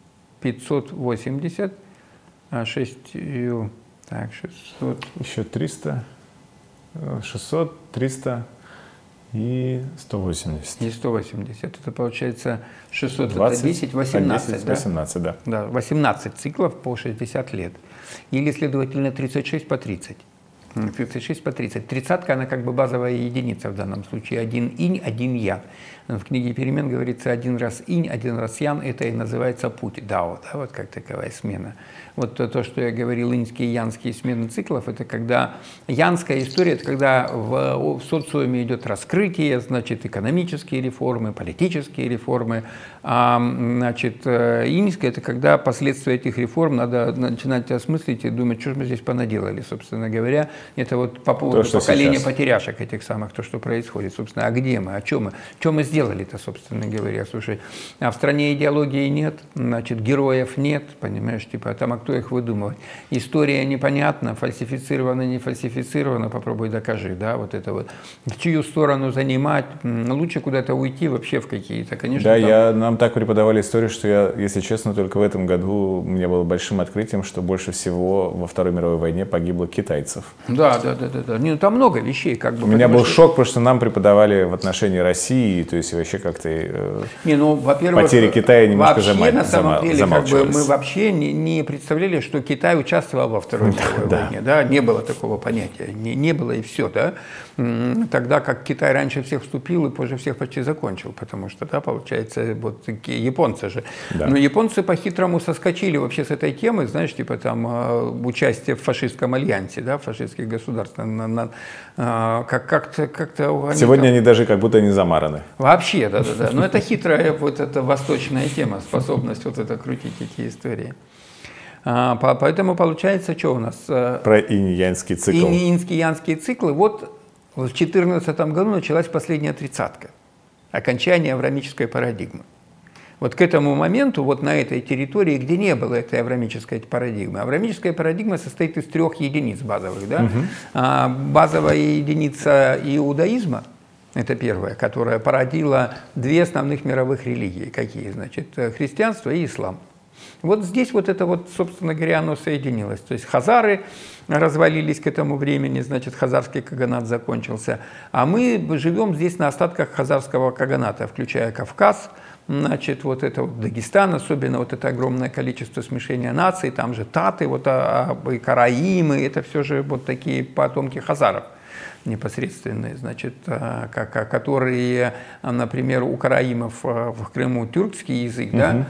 580, 6, так, 600. Еще 300, 600, 300 и 180. И 180, это получается 600, 20, это 10, 18, 10, да? 18, да. Да, 18 циклов по 60 лет. Или, следовательно, 36 по 30. 36 по 30. Тридцатка, она как бы базовая единица в данном случае. Один инь, один ян. В книге «Перемен» говорится, один раз инь, один раз ян. Это и называется путь, дао, да, вот как таковая смена. Вот то, что я говорил, иньские и янские смены циклов, это когда янская история, это когда в социуме идет раскрытие, значит, экономические реформы, политические реформы. А, значит, иньская, это когда последствия этих реформ надо начинать осмыслить и думать, что же мы здесь понаделали, собственно говоря. Это вот по поводу поколения потеряшек этих самых, то, что происходит, собственно. А где мы, о чем мы? Что мы сделали-то, собственно говоря? Слушай, а в стране идеологии нет, значит, героев нет, понимаешь, типа, там, а кто их выдумывает? История непонятна, фальсифицирована, не фальсифицирована, попробуй докажи, да, вот это вот. В чью сторону занимать? Лучше куда-то уйти вообще в какие-то, конечно. Да, нам так преподавали историю, что я, если честно, только в этом году у меня было большим открытием, что больше всего во Второй мировой войне погибло китайцев. Да. Ну, там много вещей, как бы. У меня был шок, потому что нам преподавали в отношении России, то есть вообще как-то потери Китая немножко вообще, на самом деле, как бы, мы вообще не представляли, что Китай участвовал во Второй мировой войне. Да? Не было такого понятия. Не было и все. Да? Тогда как Китай раньше всех вступил и позже всех почти закончил, потому что, да, получается, вот такие японцы же. Да. Но японцы по-хитрому соскочили вообще с этой темы, знаешь, типа там участие в фашистском альянсе, да, фашистских государств. Как-то сегодня они даже как будто не замараны. Вообще, да. Но это хитрая вот эта восточная тема, способность вот это крутить эти истории. Поэтому получается, что у нас? Про инь-янский цикл. Инь-янские циклы. Вот в 2014 году началась последняя тридцатка. Окончание аврамической парадигмы. Вот к этому моменту, вот на этой территории, где не было этой аврамической парадигмы. Аврамическая парадигма состоит из 3 единиц базовых. Да? Базовая единица иудаизма, это первая, которая породила 2 основных мировых религии. Какие? Значит, христианство и ислам. Вот здесь вот это вот, собственно говоря, оно соединилось. То есть хазары развалились к этому времени, значит, хазарский каганат закончился. А мы живем здесь на остатках хазарского каганата, включая Кавказ, значит, вот это вот Дагестан, особенно вот это огромное количество смешения наций, там же таты, вот, и караимы, это все же вот такие потомки хазаров непосредственные, значит, которые, например, у караимов в Крыму тюркский язык, да,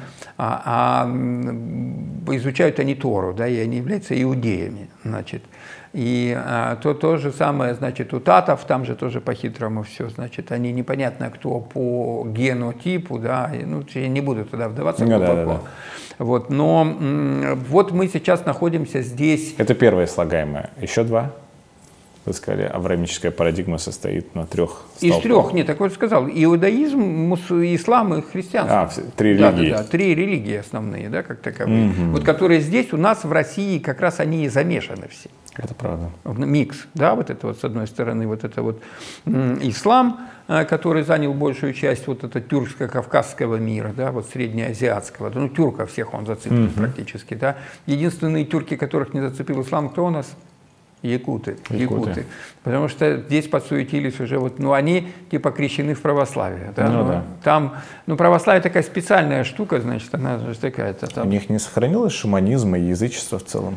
изучают они Тору, да, и они являются иудеями, значит. И то же самое, значит, у татов, там же тоже по-хитрому все, значит, они непонятно кто по генотипу, да, ну, я не буду туда вдаваться глубоко. Вот, но вот мы сейчас находимся здесь. Это первое слагаемое. Еще 2? Вы сказали, аврамическая парадигма состоит на 3 столпах. Из 3, нет, так вот сказал. Иудаизм, ислам и христианство. 3 религии. Да, 3 религии основные, да, как таковые. Вот которые здесь у нас в России как раз они и замешаны все. Это правда. Микс, да, вот это вот с одной стороны, вот это вот ислам, который занял большую часть вот это тюркско-кавказского мира, да, вот среднеазиатского, ну, тюрков всех он зацепил практически, да. Единственные тюрки, которых не зацепил ислам, кто у нас? Якуты. Потому что здесь подсуетились уже, вот, ну, они типа крещены в православие. Да? Да. Там, ну, православие такая специальная штука, значит, она же такая-то там. У них не сохранилось шаманизм и язычество в целом?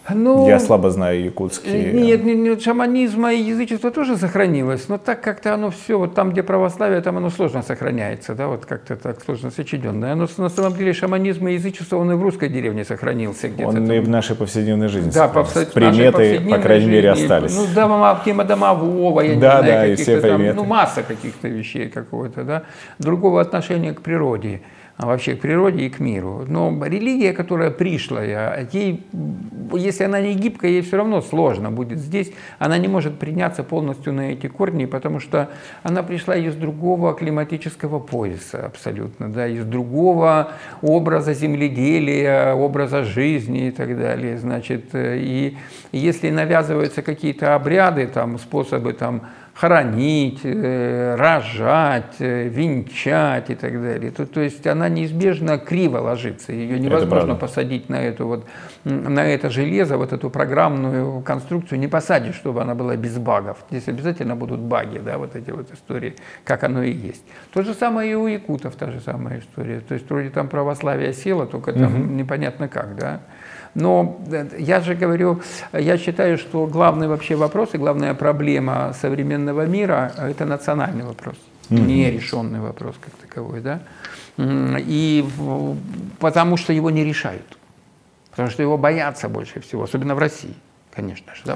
Ну, я слабо знаю якутский. Нет, шаманизма и язычество тоже сохранилось, но так как-то оно все, вот там, где православие, там оно сложно сохраняется, да, вот как-то так сложно сочиненное. Оно, на самом деле, шаманизм и язычество, он и в русской деревне сохранился где-то. Он и в нашей повседневной жизни сохранился. Приметы, по крайней мере, остались. Ну, тема домового, я не знаю, каких-то там, ну, масса каких-то вещей какого-то, да, другого отношения к природе. А вообще к природе и к миру. Но религия, которая пришлая, ей, если она не гибкая, ей все равно сложно будет здесь. Она не может приняться полностью на эти корни, потому что она пришла из другого климатического пояса абсолютно, да, из другого образа земледелия, образа жизни и так далее. Значит, и если навязываются какие-то обряды, там, способы там, хоронить, рожать, венчать и так далее. То есть она неизбежно криво ложится. Ее невозможно посадить на это железо, вот эту программную конструкцию не посадишь, чтобы она была без багов. Здесь обязательно будут баги, да, вот эти вот истории, как оно и есть. То же самое и у якутов, та же самая история. То есть вроде там православие село, только там непонятно как, да. Но я же говорю, я считаю, что главный вообще вопрос и главная проблема современного мира – это национальный вопрос, нерешенный вопрос как таковой, да? И потому что его не решают, потому что его боятся больше всего, особенно в России. Конечно же, да,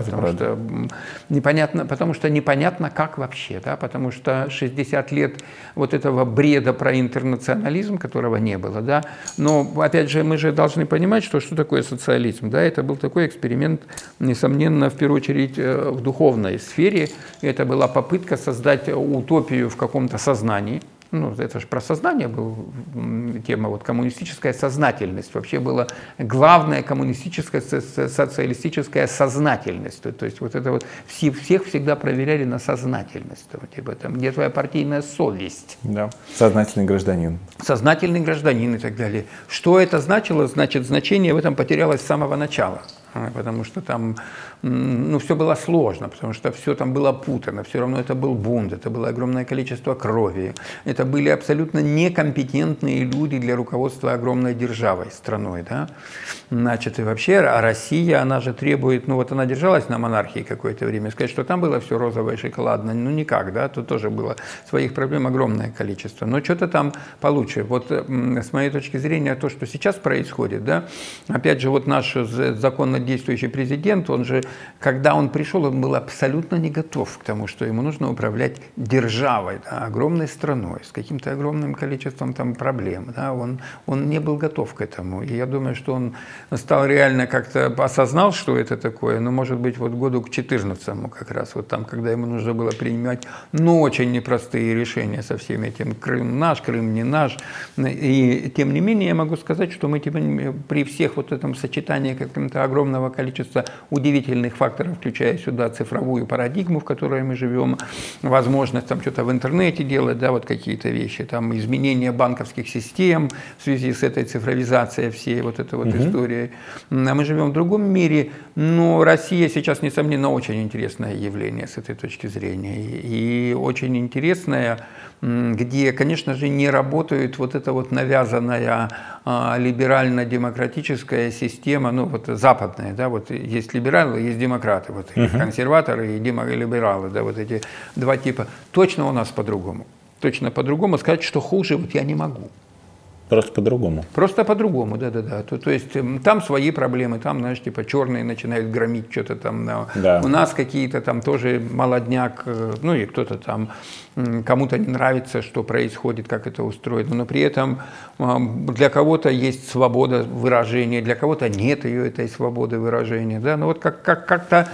потому что непонятно, как вообще, да, потому что 60 лет вот этого бреда про интернационализм, которого не было, да, но, опять же, мы же должны понимать, что такое социализм, да, это был такой эксперимент, несомненно, в первую очередь в духовной сфере, это была попытка создать утопию в каком-то сознании. Ну, это же про сознание была тема, вот коммунистическая сознательность. Вообще была главная коммунистическая социалистическая сознательность. То есть вот это вот всех всегда проверяли на сознательность. Вот, типа, там, где твоя партийная совесть? Да. Сознательный гражданин. Сознательный гражданин и так далее. Что это значило? Значит, значение в этом потерялось с самого начала. Потому что там все было сложно, потому что все там было путано, все равно это был бунт, это было огромное количество крови, это были абсолютно некомпетентные люди для руководства огромной державой, страной. Да? Значит, и вообще Россия, она же требует, она держалась на монархии какое-то время, сказать, что там было все розовое и шоколадное, никак, да, тут тоже было своих проблем огромное количество, но что-то там получше. Вот с моей точки зрения, то, что сейчас происходит, да, опять же, вот наш законно действующий президент, он же, когда он пришел, он был абсолютно не готов к тому, что ему нужно управлять державой, да, огромной страной, с каким-то огромным количеством там проблем. Да, он не был готов к этому. И я думаю, что он стал реально как-то осознал, что это такое, но, может быть, вот году к 14-му как раз, вот там, когда ему нужно было принимать, очень непростые решения со всем этим. Крым наш, Крым не наш. И тем не менее, я могу сказать, что мы при всех вот этом сочетании каким-то огромного количества удивительных факторов, включая сюда цифровую парадигму, в которой мы живем, возможность там что-то в интернете делать, да, вот какие-то вещи, там изменение банковских систем в связи с этой цифровизацией всей вот этой вот историей. Мы живем в другом мире, но Россия сейчас, несомненно, очень интересное явление с этой точки зрения. И очень интересное, где, конечно же, не работает вот эта вот навязанная либерально-демократическая система, западная, да, вот есть либералы, есть демократы, вот консерваторы и либералы, да, вот эти два типа. Точно у нас по-другому. Точно по-другому. Сказать, что хуже, вот я не могу. Просто по-другому. Просто по-другому, да-да-да. То есть там свои проблемы, там, знаешь, типа черные начинают громить что-то там. Да. У нас какие-то там тоже молодняк, и кто-то там, кому-то не нравится, что происходит, как это устроено. Но при этом для кого-то есть свобода выражения, для кого-то нет ее, этой свободы выражения. Да? Вот как-то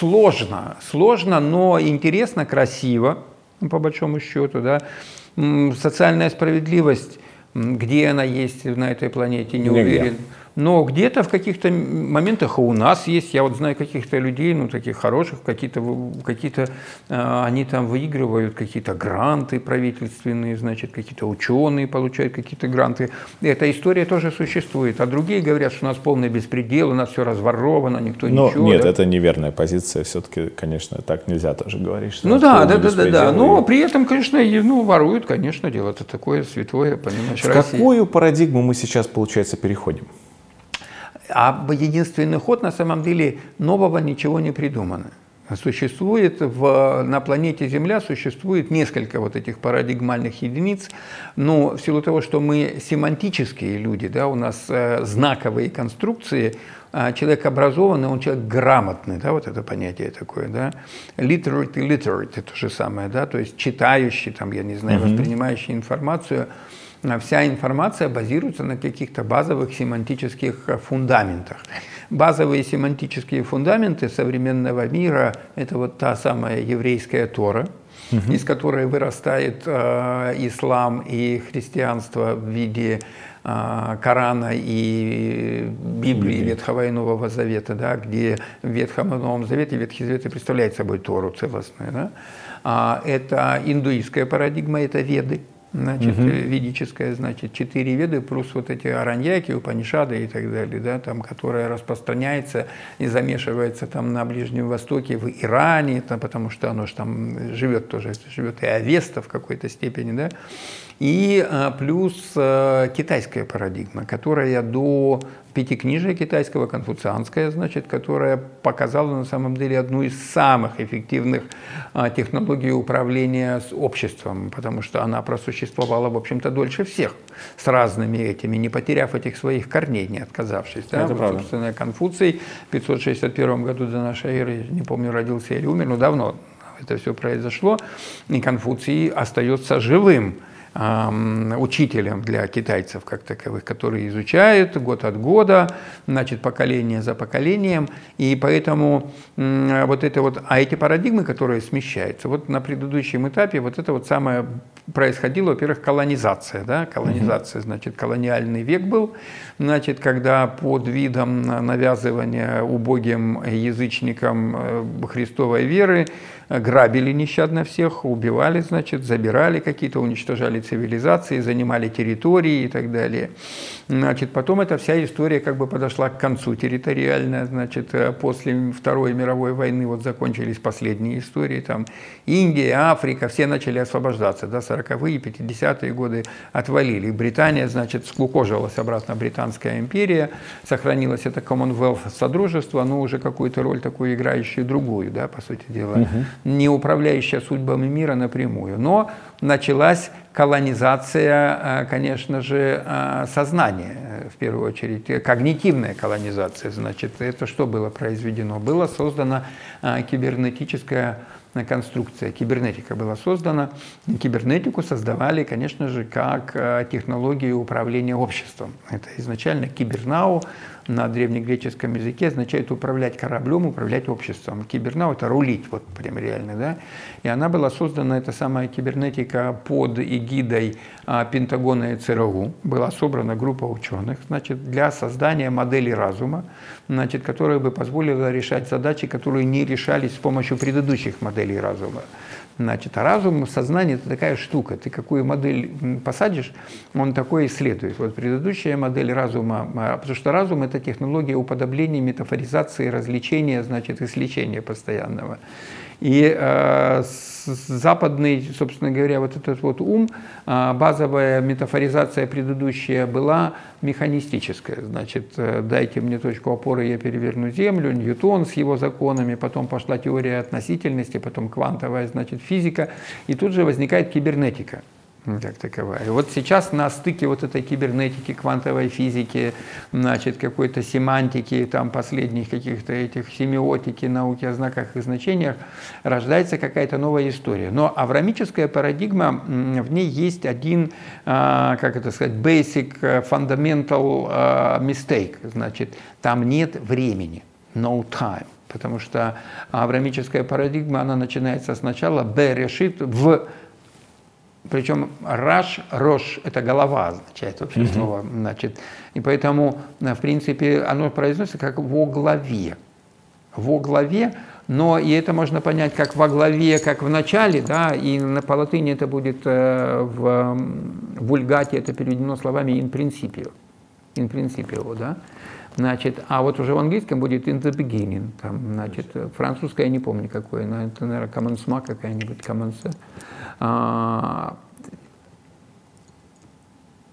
сложно, но интересно, красиво, по большому счету. Да? Социальная справедливость, где она есть на этой планете, не уверен. Но где-то в каких-то моментах у нас есть, я вот знаю каких-то людей, таких хороших, какие-то они там выигрывают какие-то гранты правительственные, значит, какие-то ученые получают какие-то гранты. Эта история тоже существует. А другие говорят, что у нас полный беспредел, у нас все разворовано, никто ничего. Нет, да? это неверная позиция. Все-таки, конечно, так нельзя тоже говорить. Что да. Но при этом, конечно, воруют, конечно, дело-то такое святое, понимаешь, В какую парадигму мы сейчас, получается, переходим? А единственный ход, на самом деле, нового ничего не придумано. Существует на планете Земля существует несколько вот этих парадигмальных единиц, но в силу того, что мы семантические люди, да, у нас знаковые конструкции, человек образованный, он человек грамотный, да, вот это понятие такое, да, literate и literate, это то же самое, да, то есть читающий, там, я не знаю, воспринимающий информацию. Вся информация базируется на каких-то базовых семантических фундаментах. Базовые семантические фундаменты современного мира – это вот та самая еврейская Тора, из которой вырастает ислам и христианство в виде Корана и Библии Ветхого и Нового Завета, да, где в Ветхом и Новом Завете Ветхий Завет и представляет собой Тору целостную. Да. Это индуистская парадигма, это Веды. Значит, ведическая, значит, 4 веды, плюс вот эти араньяки, Упанишады и так далее, да, там, которая распространяется и замешивается там на Ближнем Востоке, в Иране, там, потому что оно же там живет тоже, живет и Авеста в какой-то степени, да, и плюс китайская парадигма, которая до пятикнижия китайского, конфуцианская, значит, которая показала на самом деле одну из самых эффективных технологий управления с обществом, потому что она просуществовала, в общем-то, дольше всех, с разными этими, не потеряв этих своих корней, не отказавшись. Да? Это вот, собственно, Конфуций в 561 году до нашей эры, не помню, родился или умер, но давно это все произошло, и Конфуций остается живым учителем для китайцев как таковых, которые изучают год от года, значит, поколение за поколением, и поэтому вот это вот, а эти парадигмы, которые смещаются, вот на предыдущем этапе вот это вот самое происходило, во-первых, колонизация, да, колонизация, значит, колониальный век был, значит, когда под видом навязывания убогим язычникам христовой веры грабили нещадно всех, убивали, значит, забирали какие-то, уничтожали цивилизации, занимали территории и так далее. Значит, потом эта вся история как бы подошла к концу территориально, значит, после Второй мировой войны вот закончились последние истории, там Индия, Африка, все начали освобождаться, да, 40-е, 50-е годы отвалили. Британия, значит, скукожилась обратно, Британская империя, сохранилось это Commonwealth, Содружество, но уже какую-то роль такую играющую другую, да, по сути дела, не управляющая судьбами мира напрямую, но началась колонизация, конечно же, сознания, в первую очередь, когнитивная колонизация, значит, это что было произведено? Была создана кибернетическая конструкция, кибернетика была создана. Кибернетику создавали, конечно же, как технологию управления обществом. Это изначально кибернау на древнегреческом языке означает управлять кораблем, управлять обществом. Кибернау – это рулить, вот прям реально, да. И она была создана, эта самая кибернетика, под эгидой Пентагона и ЦРУ. Была собрана группа ученых, значит, для создания модели разума, значит, которая бы позволила решать задачи, которые не решались с помощью предыдущих моделей разума. Значит, а разум, сознание – это такая штука. Ты какую модель посадишь, он такой и следует. Вот предыдущая модель разума, потому что разум – это технология уподобления, метафоризации, развлечения, значит, и сличения постоянного. И западный, собственно говоря, вот этот вот ум, базовая метафоризация предыдущая была механистическая. Значит, дайте мне точку опоры, я переверну Землю, Ньютон с его законами, потом пошла теория относительности, потом квантовая, значит, физика, и тут же возникает кибернетика как таковая. И вот сейчас на стыке вот этой кибернетики, квантовой физики, значит, какой-то семантики, там последних каких-то этих семиотики, науки о знаках и значениях, рождается какая-то новая история. Но авраамическая парадигма, в ней есть один, как это сказать, basic, fundamental mistake, значит, там нет времени, no time. Потому что авраамическая парадигма, она начинается сначала берешит в. Причем раш, рош – это голова, означает вообще слово. Значит, и поэтому, в принципе, оно произносится как «во главе». «Во главе», но и это можно понять как «во главе», как в начале, да, и по латыни это будет в вульгате, это переведено словами «in principio». «In principio», да. Значит, а вот уже в английском будет «in the beginning». Там, значит, французское я не помню какое, но это, наверное, commencement какая-нибудь, commence.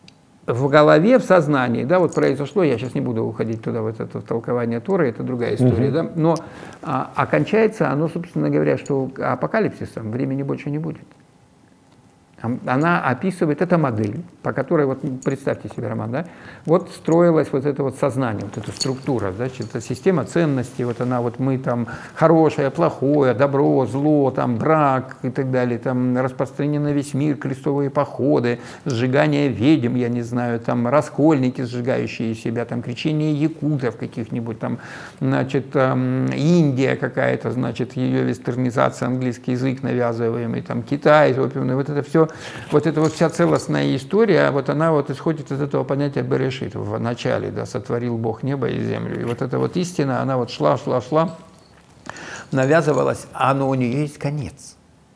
в голове, в сознании, да, вот произошло, я сейчас не буду уходить туда, в это толкование Торы, это другая история, да, но окончается оно, собственно говоря, что апокалипсисом времени больше не будет. Она описывает, это модель, по которой, вот представьте себе, Роман, да, вот строилось вот это вот сознание, вот эта структура, значит, это система ценностей, вот она, вот мы там хорошее, плохое, добро, зло, там брак и так далее, там распространены на весь мир крестовые походы, сжигание ведьм, я не знаю, там раскольники, сжигающие себя, там кричение якутов каких-нибудь, там, значит, Индия какая-то, значит, ее вестернизация, английский язык навязываемый, там Китай, вот это все. Вот эта вот вся целостная история, вот она вот исходит из этого понятия Берешит, в начале, да, сотворил Бог небо и землю. И вот эта вот истина, она вот шла, навязывалась, но у нее есть конец.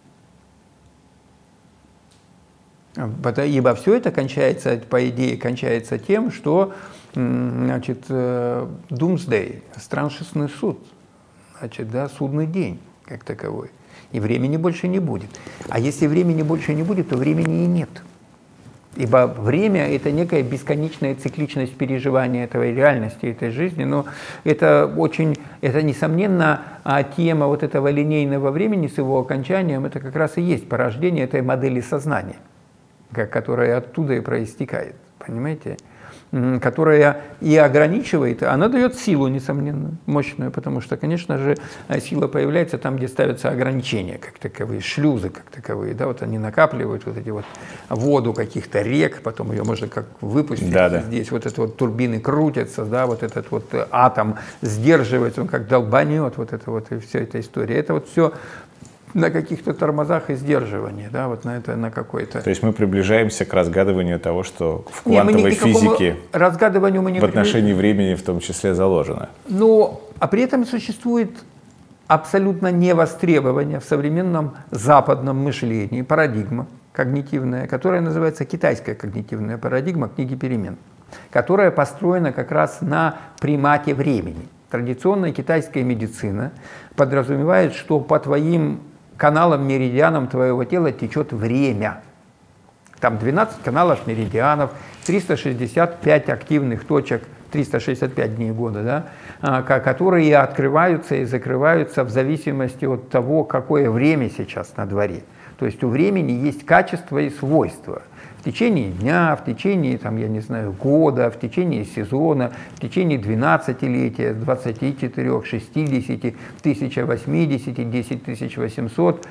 Ибо все это кончается, по идее, кончается тем, что, значит, Doomsday, страшный суд, значит, да, судный день как таковой. И времени больше не будет. А если времени больше не будет, то времени и нет. Ибо время – это некая бесконечная цикличность переживания этой реальности, этой жизни. Но это несомненно, тема вот этого линейного времени с его окончанием, это как раз и есть порождение этой модели сознания, которая оттуда и проистекает. Понимаете? Которая и ограничивает, она дает силу, несомненно, мощную, потому что, конечно же, сила появляется там, где ставятся ограничения, как таковые, шлюзы, как таковые, да, вот они накапливают вот эти вот воду каких-то рек, потом ее можно как выпустить, здесь вот это вот турбины крутятся, да, вот этот вот атом сдерживается, он как долбанет, вот это вот и вся эта история, это вот все на каких-то тормозах и сдерживании, да, вот на это, на какой-то. То есть мы приближаемся к разгадыванию того, что в квантовой физике разгадыванию мы не в отношении времени в том числе заложено. Но, а при этом существует абсолютно невостребование в современном западном мышлении парадигма когнитивная, которая называется китайская когнитивная парадигма книги перемен, которая построена как раз на примате времени. Традиционная китайская медицина подразумевает, что по твоим каналам, меридианам твоего тела течет время. Там 12 каналов меридианов, 365 активных точек, 365 дней года, да, которые открываются и закрываются в зависимости от того, какое время сейчас на дворе. То есть у времени есть качество и свойства. В течение дня, в течение, там, я не знаю, года, в течение сезона, в течение 12-летия, 24, 60, 1080, 10800,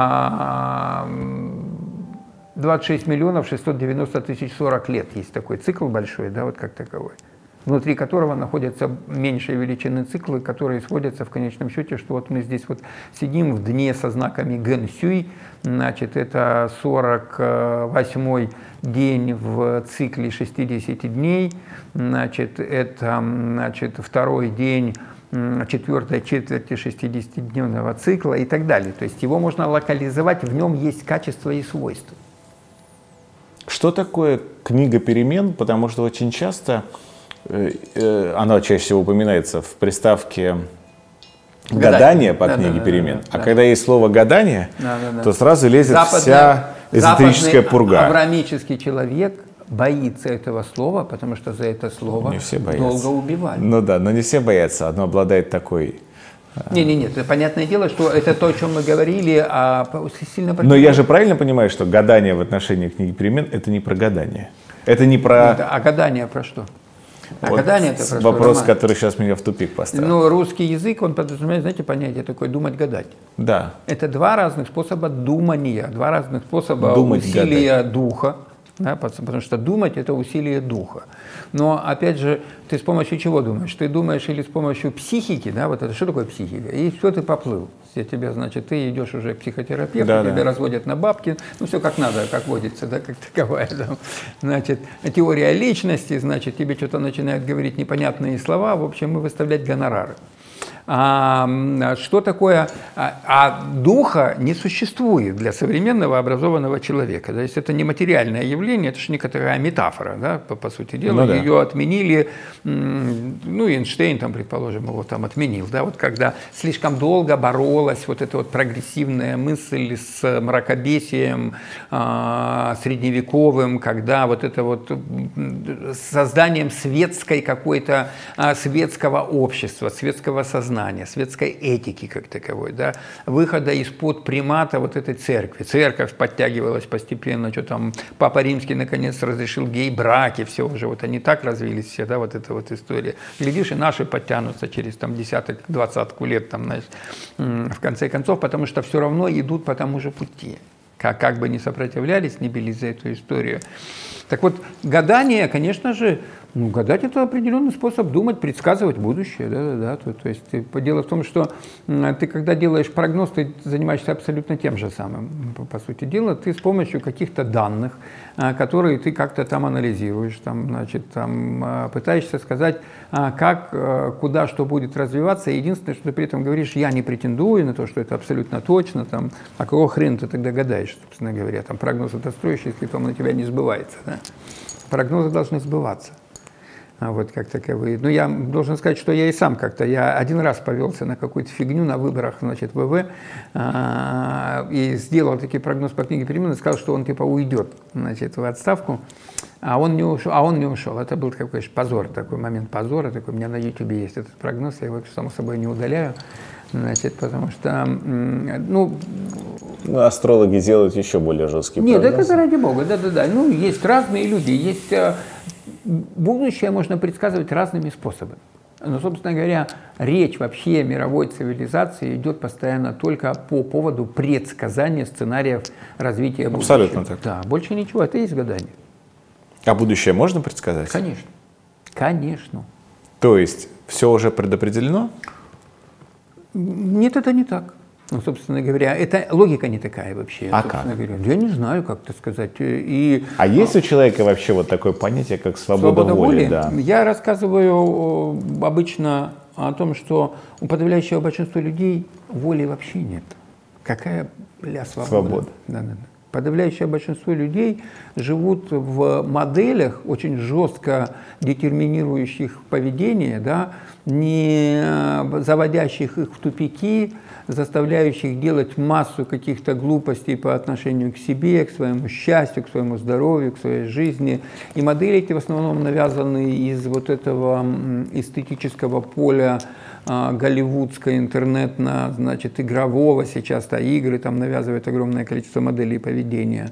26 миллионов 690 тысяч 40 лет. Есть такой цикл большой, да, вот как таковой, внутри которого находятся меньшие величины циклы, которые сводятся в конечном счете, что вот мы здесь вот сидим в дне со знаками Ген Сюй, значит, это 48-й день в цикле 60 дней, значит, это, значит, второй день четвертой четверти 60-дневного цикла и так далее. То есть его можно локализовать, в нем есть качество и свойства. Что такое книга перемен? Потому что очень часто она чаще всего упоминается в приставке гадание по книге перемен. А когда есть слово гадание, то сразу лезет вся эзотерическая пурга. Авраамический человек боится этого слова, потому что за это слово долго убивали. Ну да, но не все боятся. Оно обладает такой... Нет, это понятное дело, что это то, о чем мы говорили, сильно... Но я же правильно понимаю, что гадание в отношении книги перемен — это не про гадание. Это не про... А гадание про что? Вот гадание это вопрос, который сейчас меня в тупик поставил. Ну, русский язык, он подразумевает, знаете, понятие такое думать-гадать. Да. Это два разных способа думания, два разных способа думать, усилия гадать. Духа. Да, потому что думать – это усилие духа. Но, опять же, ты с помощью чего думаешь? Ты думаешь или с помощью психики, да, вот это что такое психика? И все, ты поплыл. Тебе, значит, ты идешь уже к психотерапевту, тебя разводят на бабки, ну, все как надо, как водится, да, как таковая. Да. Значит, теория личности, значит, тебе что-то начинают говорить непонятные слова, в общем, и выставлять гонорары. Что такое? Духа не существует для современного образованного человека. То есть это не материальное явление, это же некоторая метафора, да, по сути дела. Да. Ее отменили, Эйнштейн, там, предположим, его там отменил, да, вот когда слишком долго боролась вот эта вот прогрессивная мысль с мракобесием средневековым, когда вот это вот созданием светского общества, светского сознания, светской этики как таковой, да, выхода из-под примата вот этой церкви. Церковь подтягивалась постепенно, что там Папа Римский наконец разрешил гей-браки, все уже, вот они так развились все, да, вот эта вот история. Глядишь, и наши подтянутся через там десяток-двадцатку лет, там, знаешь, в конце концов, потому что все равно идут по тому же пути. Как бы ни сопротивлялись, не бились за эту историю. Так вот, гадание, конечно же, гадать – это определенный способ думать, предсказывать будущее. Да. То есть дело в том, что ты, когда делаешь прогноз, ты занимаешься абсолютно тем же самым. По сути дела, ты с помощью каких-то данных, которые ты как-то там анализируешь, пытаешься сказать, как, куда, что будет развиваться. Единственное, что ты при этом говоришь, я не претендую на то, что это абсолютно точно, а какого хрена ты тогда гадаешь, собственно говоря. Прогноз это строишь, если там на тебя не сбывается. Да? Прогнозы должны сбываться. Вот как таковые. Но я должен сказать, что я и сам как-то, я один раз повелся на какую-то фигню на выборах, ВВ, и сделал такой прогноз по книге перемен и сказал, что он типа уйдет, в отставку, а он не ушел. Это был какой-то позор, такой момент позора, такой, у меня на YouTube есть этот прогноз, я его, само собой, не удаляю. Потому что, астрологи делают еще более жесткие прогнозы. Нет, это ради бога, да. Есть разные люди, есть будущее можно предсказывать разными способами. Но, собственно говоря, речь вообще мировой цивилизации идет постоянно только по поводу предсказания сценариев развития будущего. Абсолютно так. Да, больше ничего, это есть гадание. А будущее можно предсказать? Конечно. То есть все уже предопределено? Нет, это не так. Собственно говоря, это логика не такая вообще. А как? Говоря. Я не знаю, как это сказать. А есть у человека вообще вот такое понятие, как свобода воли? Да. Я рассказываю обычно о том, что у подавляющего большинства людей воли вообще нет. Какая свобода? Да. Подавляющее большинство людей живут в моделях, очень жестко детерминирующих поведение, да, не заводящих их в тупики, заставляющих делать массу каких-то глупостей по отношению к себе, к своему счастью, к своему здоровью, к своей жизни. И модели эти в основном навязаны из вот этого эстетического поля голливудского, интернетно, игрового. Сейчас игры там навязывают огромное количество моделей поведения.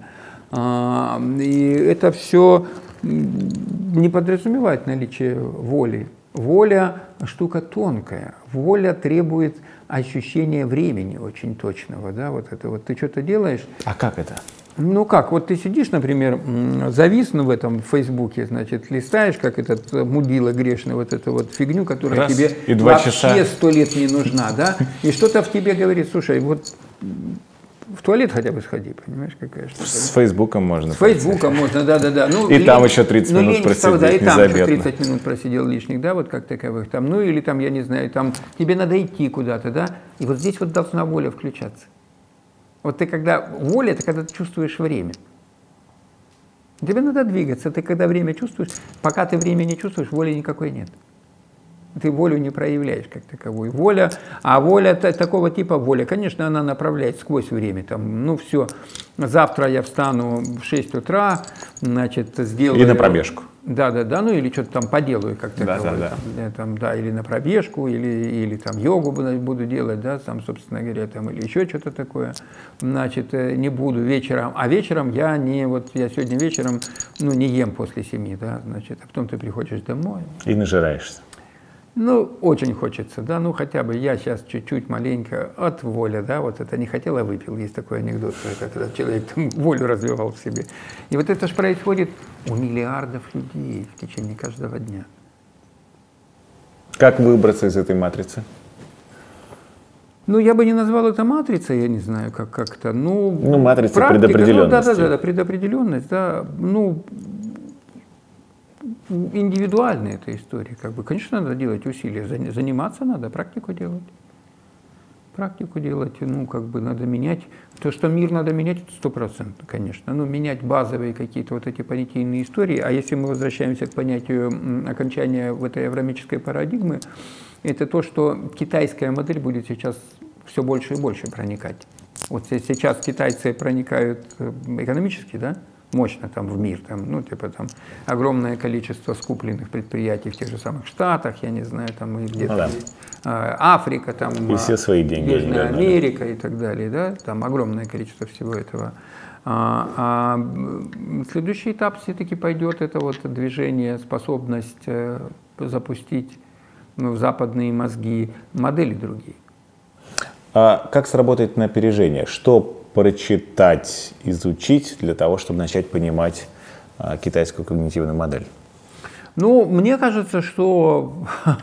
И это все не подразумевает наличие воли. Воля – штука тонкая. Воля требует ощущения времени очень точного. Да? Вот это вот ты что-то делаешь. А как это? Вот ты сидишь, например, завис в этом Фейсбуке, листаешь, как этот мудила грешный, вот эту вот фигню, которая тебе вообще 100 лет не нужна, да? И что-то в тебе говорит, слушай, вот в туалет хотя бы сходи, понимаешь, какая штука. С Фейсбуком можно. С Фейсбуком можно, да. И там еще 30 минут просидеть, да, и там еще 30 минут просидел лишних, да, вот как таковых. Или там, я не знаю, там тебе надо идти куда-то, да, и вот здесь вот должна воля включаться. Вот ты когда, воля, это когда ты чувствуешь время. Тебе надо двигаться, ты когда время чувствуешь, пока ты время не чувствуешь, воли никакой нет. Ты волю не проявляешь как таковую. Воля такого типа воля, конечно, она направляет сквозь время. Все, завтра я встану в 6 утра, сделаю... И на пробежку. Да, или что-то там поделаю как таковое. Или на пробежку, или там йогу буду делать, да, собственно говоря, или еще что-то такое. Не буду вечером. А вечером я сегодня вечером, не ем после 7, да, а потом ты приходишь домой. И нажираешься. Очень хочется, да, хотя бы я сейчас чуть-чуть маленько от воли, да, вот это не хотел, а выпил. Есть такой анекдот, когда человек волю развивал в себе. И вот это же происходит у миллиардов людей в течение каждого дня. Как выбраться из этой матрицы? Я бы не назвал это матрицей, я не знаю, как-то. Матрица предопределенности. Да, предопределенность, да. индивидуальная эта история. Как бы, конечно, надо делать усилия, заниматься надо, практику делать. Практику делать, ну, как бы надо менять. То, что мир надо менять, это 100%, конечно. Ну, менять базовые какие-то вот эти понятийные истории. А если мы возвращаемся к понятию окончания в этой авраамической парадигмы, это то, что китайская модель будет сейчас все больше и больше проникать. Вот сейчас китайцы проникают экономически, да, мощно там в мир, там, ну, типа там огромное количество скупленных предприятий в тех же самых Штатах, я не знаю, там и где-то Африка, там и все свои деньги, Южная Америка и так далее, да, там огромное количество всего этого. Следующий этап все-таки пойдет это вот движение, способность запустить в западные мозги модели другие. А как сработать на опережение? Что прочитать, изучить для того, чтобы начать понимать китайскую когнитивную модель? Ну, мне кажется, что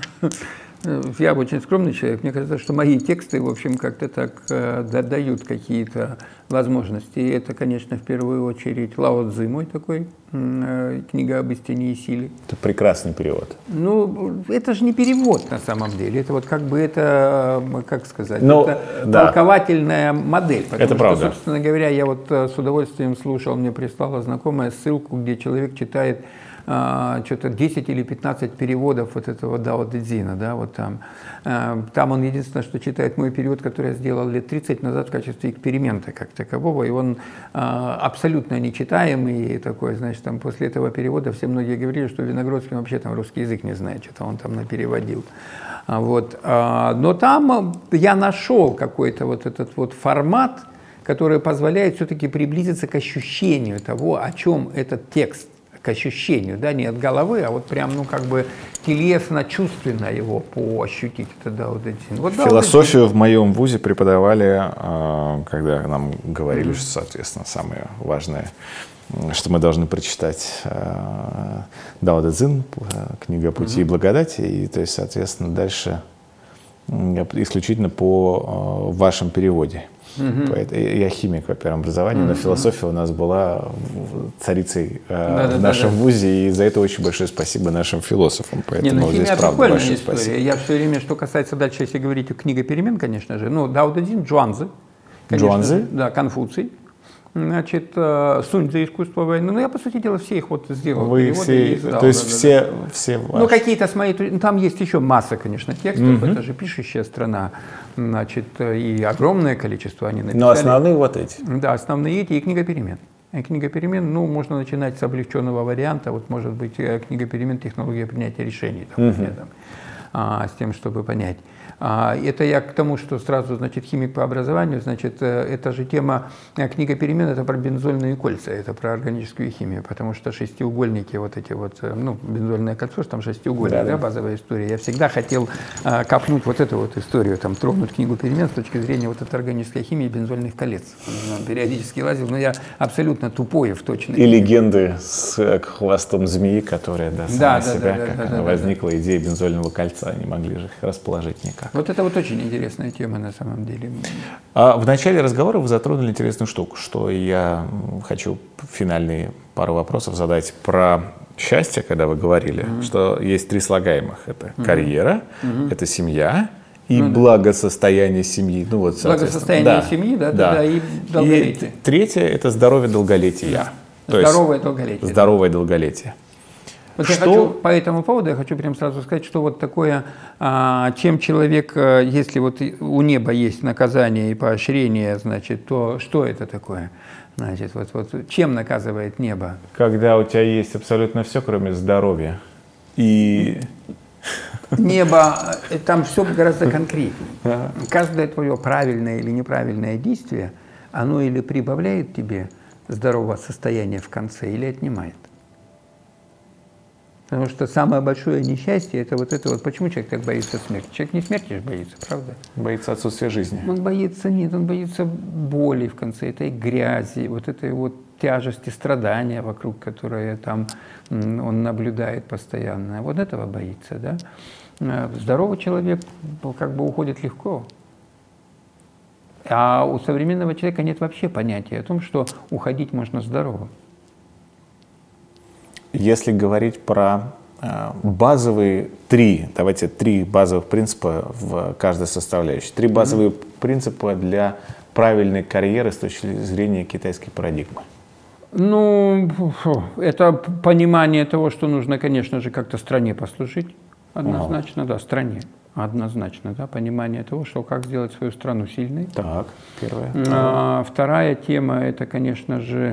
я очень скромный человек, мне кажется, что мои тексты, в общем, как-то так дают какие-то возможности. И это, конечно, в первую очередь Лао Цзы, мой такой, книга об истине и силе. Это прекрасный перевод. Ну, это же не перевод на самом деле, это вот как бы это, как сказать, это толковательная модель. Потому это что, правда. Собственно говоря, я вот с удовольствием слушал, мне прислала знакомая ссылку, где человек читает что-то 10 или 15 переводов вот этого Дао Дэ Цзина, да, вот там. Там он единственное, что читает мой перевод, который я сделал лет 30 назад в качестве эксперимента как такового, и он абсолютно нечитаемый, и такой, значит, там после этого перевода все многие говорили, что Виногродский вообще там русский язык не знает, что-то он там напереводил. Вот. Но там я нашел какой-то вот этот вот формат, который позволяет все-таки приблизиться к ощущению того, о чем этот текст, к ощущению, да, не от головы, а вот прям, ну, как бы телесно, чувственно его поощутить. Это Дао Дэ Цзин. Вот философию в моем вузе преподавали, когда нам говорили, что, соответственно, самое важное, что мы должны прочитать Дао Дэ Цзин, книга «Пути и благодати», и, то есть, соответственно, дальше исключительно по вашем переводе. Я химик по первому образованию, но философия у нас была царицей в нашем вузе, и за это очень большое спасибо нашим философам. Поэтому здесь правда большое спасибо. Я все время, что касается дальше, если говорить о книге перемен, конечно же, ну, Дао Дэ Цзин, Чжуанцзы, Чжуанцзы? Да, Конфуций. Значит, Сунь-Цзы, искусство войны. Ну, я, по сути дела, все их вот сделал. Вы все, то есть все ваши. Ну, какие-то с моей... Там есть еще масса, конечно, текстов. Это же пишущая страна. Значит, и огромное количество они написали. Но основные вот эти. Да, основные эти и книга перемен. Книга перемен, ну, можно начинать с облегченного варианта. Вот, может быть, книга перемен, технология принятия решений. С тем, чтобы понять. Это я к тому, что сразу, значит, химик по образованию, значит, эта же тема, книга перемен, это про бензольные кольца, это про органическую химию, потому что шестиугольники, вот эти вот, ну, бензольное кольцо, там шестиугольник, да, базовая история. Я всегда хотел копнуть вот эту вот историю, там, тронуть книгу перемен с точки зрения вот этой органической химии бензольных колец. Периодически лазил, но я абсолютно тупой в точной. И легенды с хвостом змеи, которая, сама себя, как она возникла, идея бензольного кольца, не могли же их расположить никак. Вот это вот очень интересная тема на самом деле. В начале разговора вы затронули интересную штуку, что я хочу финальные пару вопросов задать про счастье, когда вы говорили, что есть три слагаемых. Это карьера, это семья и благосостояние семьи. Ну, вот, благосостояние семьи, да, и долголетие. И третье – это здоровье, долголетие. Да. Здоровое долголетие. Здоровое долголетие. Вот я хочу, по этому поводу я хочу прям сразу сказать, что вот такое, чем человек, если вот у неба есть наказание и поощрение, значит, то что это такое? Значит, вот чем наказывает небо? Когда у тебя есть абсолютно все, кроме здоровья. И небо, там все гораздо конкретнее. Каждое твое правильное или неправильное действие, оно или прибавляет тебе здорового состояния в конце, или отнимает. Потому что самое большое несчастье – это вот. Почему человек так боится смерти? Человек не смерти же боится, правда? Боится отсутствия жизни. Он боится, нет, он боится боли в конце, этой грязи, вот этой вот тяжести, страдания вокруг, которые там он наблюдает постоянно. Вот этого боится, да? Здоровый человек как бы уходит легко. А у современного человека нет вообще понятия о том, что уходить можно здоровым. Если говорить про базовые три базовых принципа в каждой составляющей. 3 базовые принципа для правильной карьеры с точки зрения китайской парадигмы. Ну, это понимание того, что нужно, конечно же, как-то стране послужить. Однозначно, да, стране. Однозначно, да, понимание того, что как сделать свою страну сильной. Так, первая. Вторая тема, это, конечно же,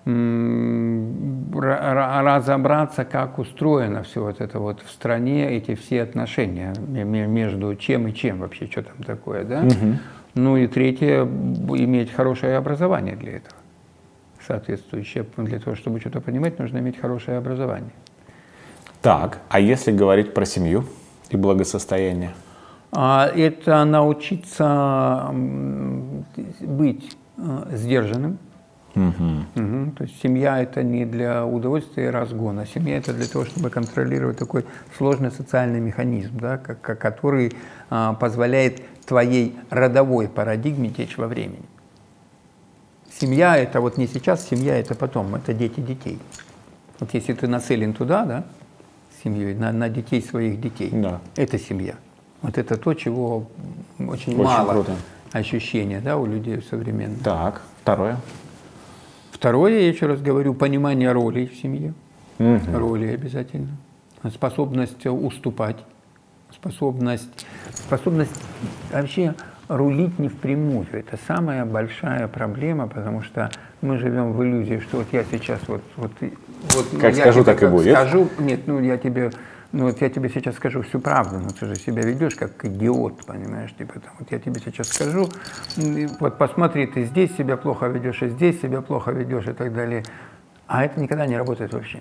разобраться, как устроено все вот это вот в стране, эти все отношения между чем и чем вообще, что там такое, да. Ну и третье, иметь хорошее образование для этого. Соответствующее. Для того, чтобы что-то понимать, нужно иметь хорошее образование. Так, а если говорить про семью и благосостояние? Это научиться быть сдержанным. То есть семья – это не для удовольствия и разгона. Семья – это для того, чтобы контролировать такой сложный социальный механизм, да, который позволяет твоей родовой парадигме течь во времени. Семья – это вот не сейчас, семья – это потом, это дети детей. Вот если ты нацелен туда, да, семьей, на детей своих детей, да. Это семья. Вот это то, чего очень мало круто. Ощущения, да, у людей современных. Так, второе. Второе, я еще раз говорю, понимание ролей в семье. Роли обязательно. Способность уступать. Способность вообще рулить не впрямую. Это самая большая проблема, потому что мы живем в иллюзии, что вот я сейчас вот как скажу, так и будет. Скажу, нет, я тебе сейчас скажу всю правду, но ты же себя ведешь как идиот, понимаешь, типа там, вот я тебе сейчас скажу, вот посмотри, ты здесь себя плохо ведешь, и здесь себя плохо ведешь и так далее, а это никогда не работает вообще.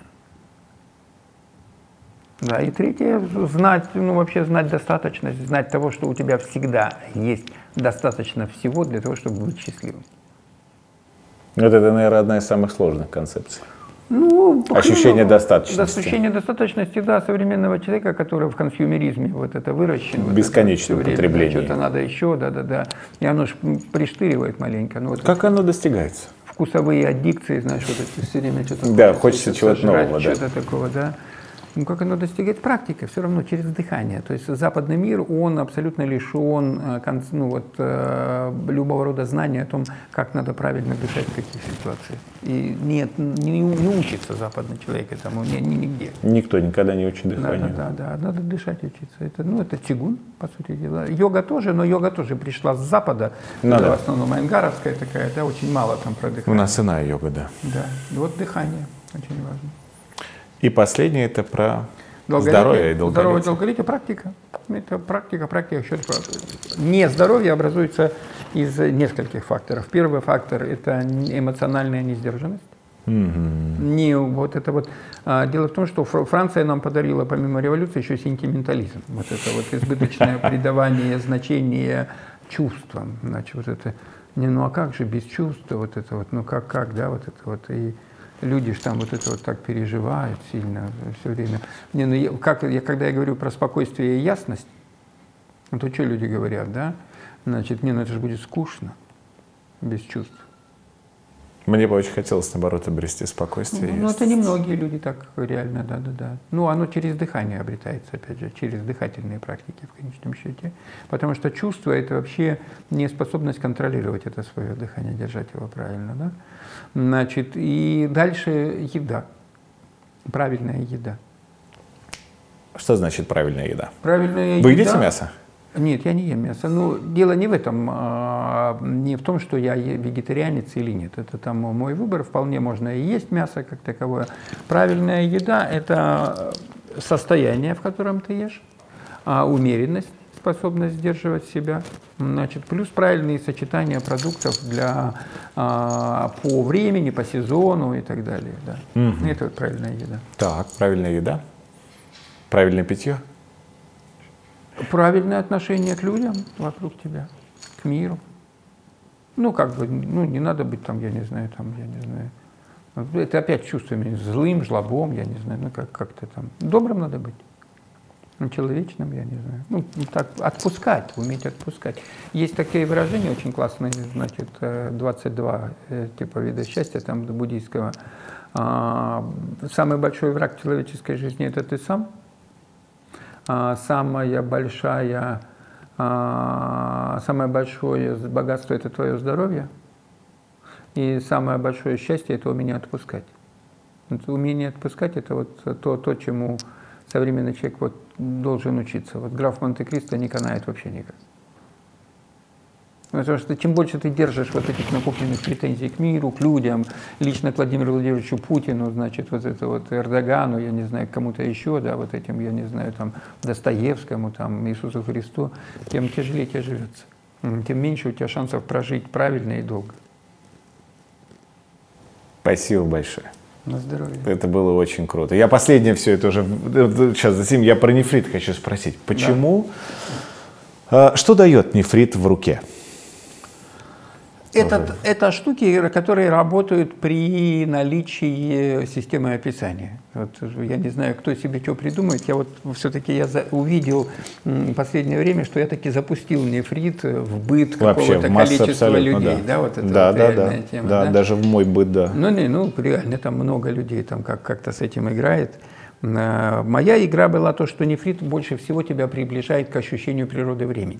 Да, и третье, знать достаточность, знать того, что у тебя всегда есть достаточно всего для того, чтобы быть счастливым. Вот это, наверное, одна из самых сложных концепций. Ощущение достаточности. Ощущение достаточности, да, современного человека, который в консюмеризме вот это выращен. Бесконечное потребление. Что-то надо еще, да. И оно ж приштыривает маленько. Как оно достигается? Вкусовые аддикции, знаешь, вот это все время что-то... Да, хочется чего-то нового, да. Что-то такого, да. Как оно достигает? Практика, все равно через дыхание. То есть западный мир, он абсолютно лишен любого рода знаний о том, как надо правильно дышать в каких ситуациях. И не учится западный человек этому нигде. Никто никогда не учит дыханию. Да, надо дышать учиться. Это цигун, по сути дела. Йога тоже, но йога тоже пришла с Запада. В основном айнгаровская такая, да, очень мало там про дыхание. У нас иная йога, да. Да, и вот дыхание очень важно. И последнее – это про здоровье и долголетие. Здоровье и долголетие – практика. Это практика. Не здоровье образуется из нескольких факторов. Первый фактор – это эмоциональная несдержанность. Дело в том, что Франция нам подарила, помимо революции, еще сентиментализм. Вот это вот избыточное придавание значения чувствам. Значит, вот это, а как же без чувства, вот это вот, как, да, вот это вот. И люди же там вот это вот так переживают сильно все время. Когда я говорю про спокойствие и ясность, то что люди говорят, да? Значит, это же будет скучно без чувств. Мне бы очень хотелось, наоборот, обрести спокойствие. Это немногие люди так реально, да. Оно через дыхание обретается, опять же, через дыхательные практики в конечном счете. Потому что чувство – это вообще не способность контролировать это свое дыхание, держать его правильно, да. Значит, и дальше еда, правильная еда. Что значит правильная еда? Правильная Вы едите мясо? Нет, я не ем мясо. Дело не в этом, не в том, что я вегетарианец или нет. Это там мой выбор. Вполне можно и есть мясо как таковое. Правильная еда – это состояние, в котором ты ешь, умеренность, способность сдерживать себя, значит, плюс правильные сочетания продуктов по времени, по сезону и так далее. Да. Это вот правильная еда. Так, правильная еда, правильное питье. Правильное отношение к людям вокруг тебя, к миру. Не надо быть я не знаю. Это опять чувствами злым, жлобом, я не знаю, как-то там. Добрым надо быть. Человечным, я не знаю. Так, отпускать, уметь отпускать. Есть такие выражения очень классные, значит, 22 типа вида счастья, там, буддийского. Самый большой враг человеческой жизни – это ты сам. Самое большое богатство – это твое здоровье. И самое большое счастье – это умение отпускать. Умение отпускать – это вот то, чему современный человек вот должен учиться. Вот граф Монте-Кристо не канает вообще никак. Потому что чем больше ты держишь вот этих накопленных претензий к миру, к людям, лично к Владимиру Владимировичу Путину, значит, вот это вот Эрдогану, я не знаю, кому-то еще, да, вот этим, я не знаю, там, Достоевскому, там, Иисусу Христу, тем тяжелее тебе живется. Тем меньше у тебя шансов прожить правильно и долго. Спасибо большое. На здоровье. Это было очень круто. Я последнее все это уже... Сейчас, затем я про нефрит хочу спросить. Почему... Да. Что дает нефрит в руке? Это штуки, которые работают при наличии системы описания. Вот, я не знаю, кто себе что придумает. Я вот все-таки увидел в последнее время, что я таки запустил нефрит в быт какого-то количества людей. Да, вот это да, вот реальная тема. Да, даже в мой быт, да. Ну, реально, там много людей там как-то с этим играет. Моя игра была то, что нефрит больше всего тебя приближает к ощущению природы времени.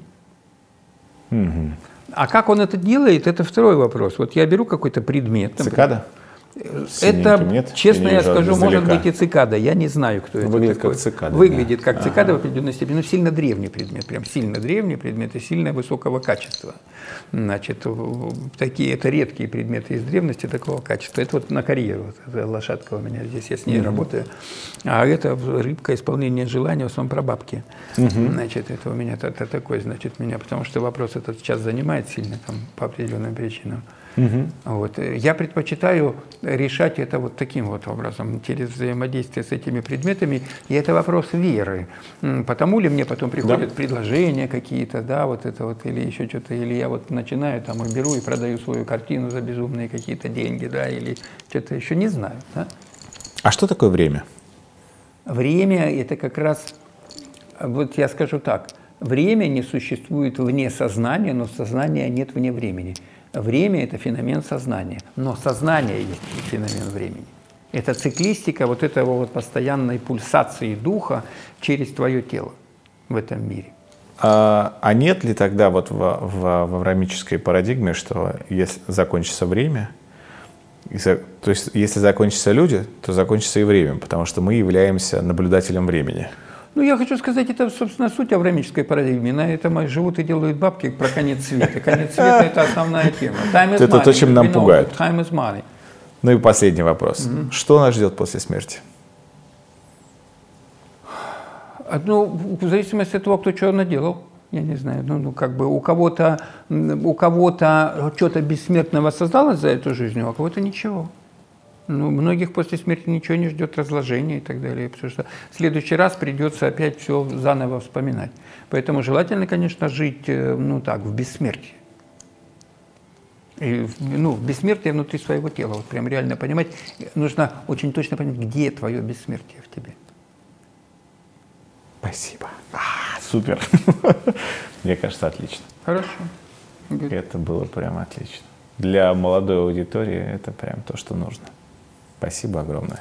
Угу. А как он это делает, это второй вопрос. Вот я беру какой-то предмет. Цикада? Это, нет? честно я скажу, может быть и цикада. Я не знаю, кто это Выглядит такой. как цикада. Выглядит как цикада в определенной степени, но сильно древний предмет. Прям сильно древний предмет и сильно высокого качества. Значит, это редкие предметы из древности такого качества. Это вот на карьеру. Вот, это лошадка у меня здесь, я с ней работаю. А это рыбка исполнения желания, в основном про бабки. Значит, это у меня такой, значит, меня, потому что вопрос этот сейчас занимает сильно там, по определенным причинам. Вот. Я предпочитаю решать это вот таким вот образом, через взаимодействие с этими предметами, и это вопрос веры. Потому ли мне потом приходят предложения какие-то, да, вот это вот, или еще что-то, или я вот начинаю там и беру и продаю свою картину за безумные какие-то деньги, да, или что-то еще, не знаю. Да? А что такое время? Время – это как раз, вот я скажу так, время не существует вне сознания, но сознания нет вне времени. Время – это феномен сознания, но сознание есть феномен времени. Это циклистика вот этого вот постоянной пульсации духа через твое тело в этом мире. А нет ли тогда вот в авраамической парадигме, что если закончится время, то есть если закончатся люди, то закончится и время, потому что мы являемся наблюдателем времени? Ну, я хочу сказать, это, собственно, суть авраамической парадигмы. На этом живут и делают бабки про конец света. Конец света – это основная тема. Это то, чем нам пугают. Time is money. Ну и последний вопрос. Что нас ждет после смерти? Ну, в зависимости от того, кто что наделал. Я не знаю, как бы у кого-то что-то бессмертного создалось за эту жизнь, а у кого-то ничего. Ну, многих после смерти ничего не ждет, разложения и так далее, потому что в следующий раз придется опять все заново вспоминать. Поэтому желательно, конечно, жить, в бессмертии. И, в бессмертии внутри своего тела. Вот прям реально понимать, нужно очень точно понять, где твое бессмертие в тебе. Спасибо. Супер. Мне кажется, отлично. Хорошо. Это было прям отлично. Для молодой аудитории это прям то, что нужно. Спасибо огромное.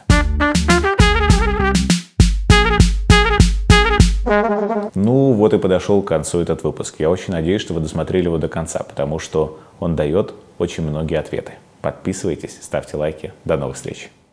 Ну, вот и подошел к концу этот выпуск. Я очень надеюсь, что вы досмотрели его до конца, потому что он дает очень многие ответы. Подписывайтесь, ставьте лайки. До новых встреч.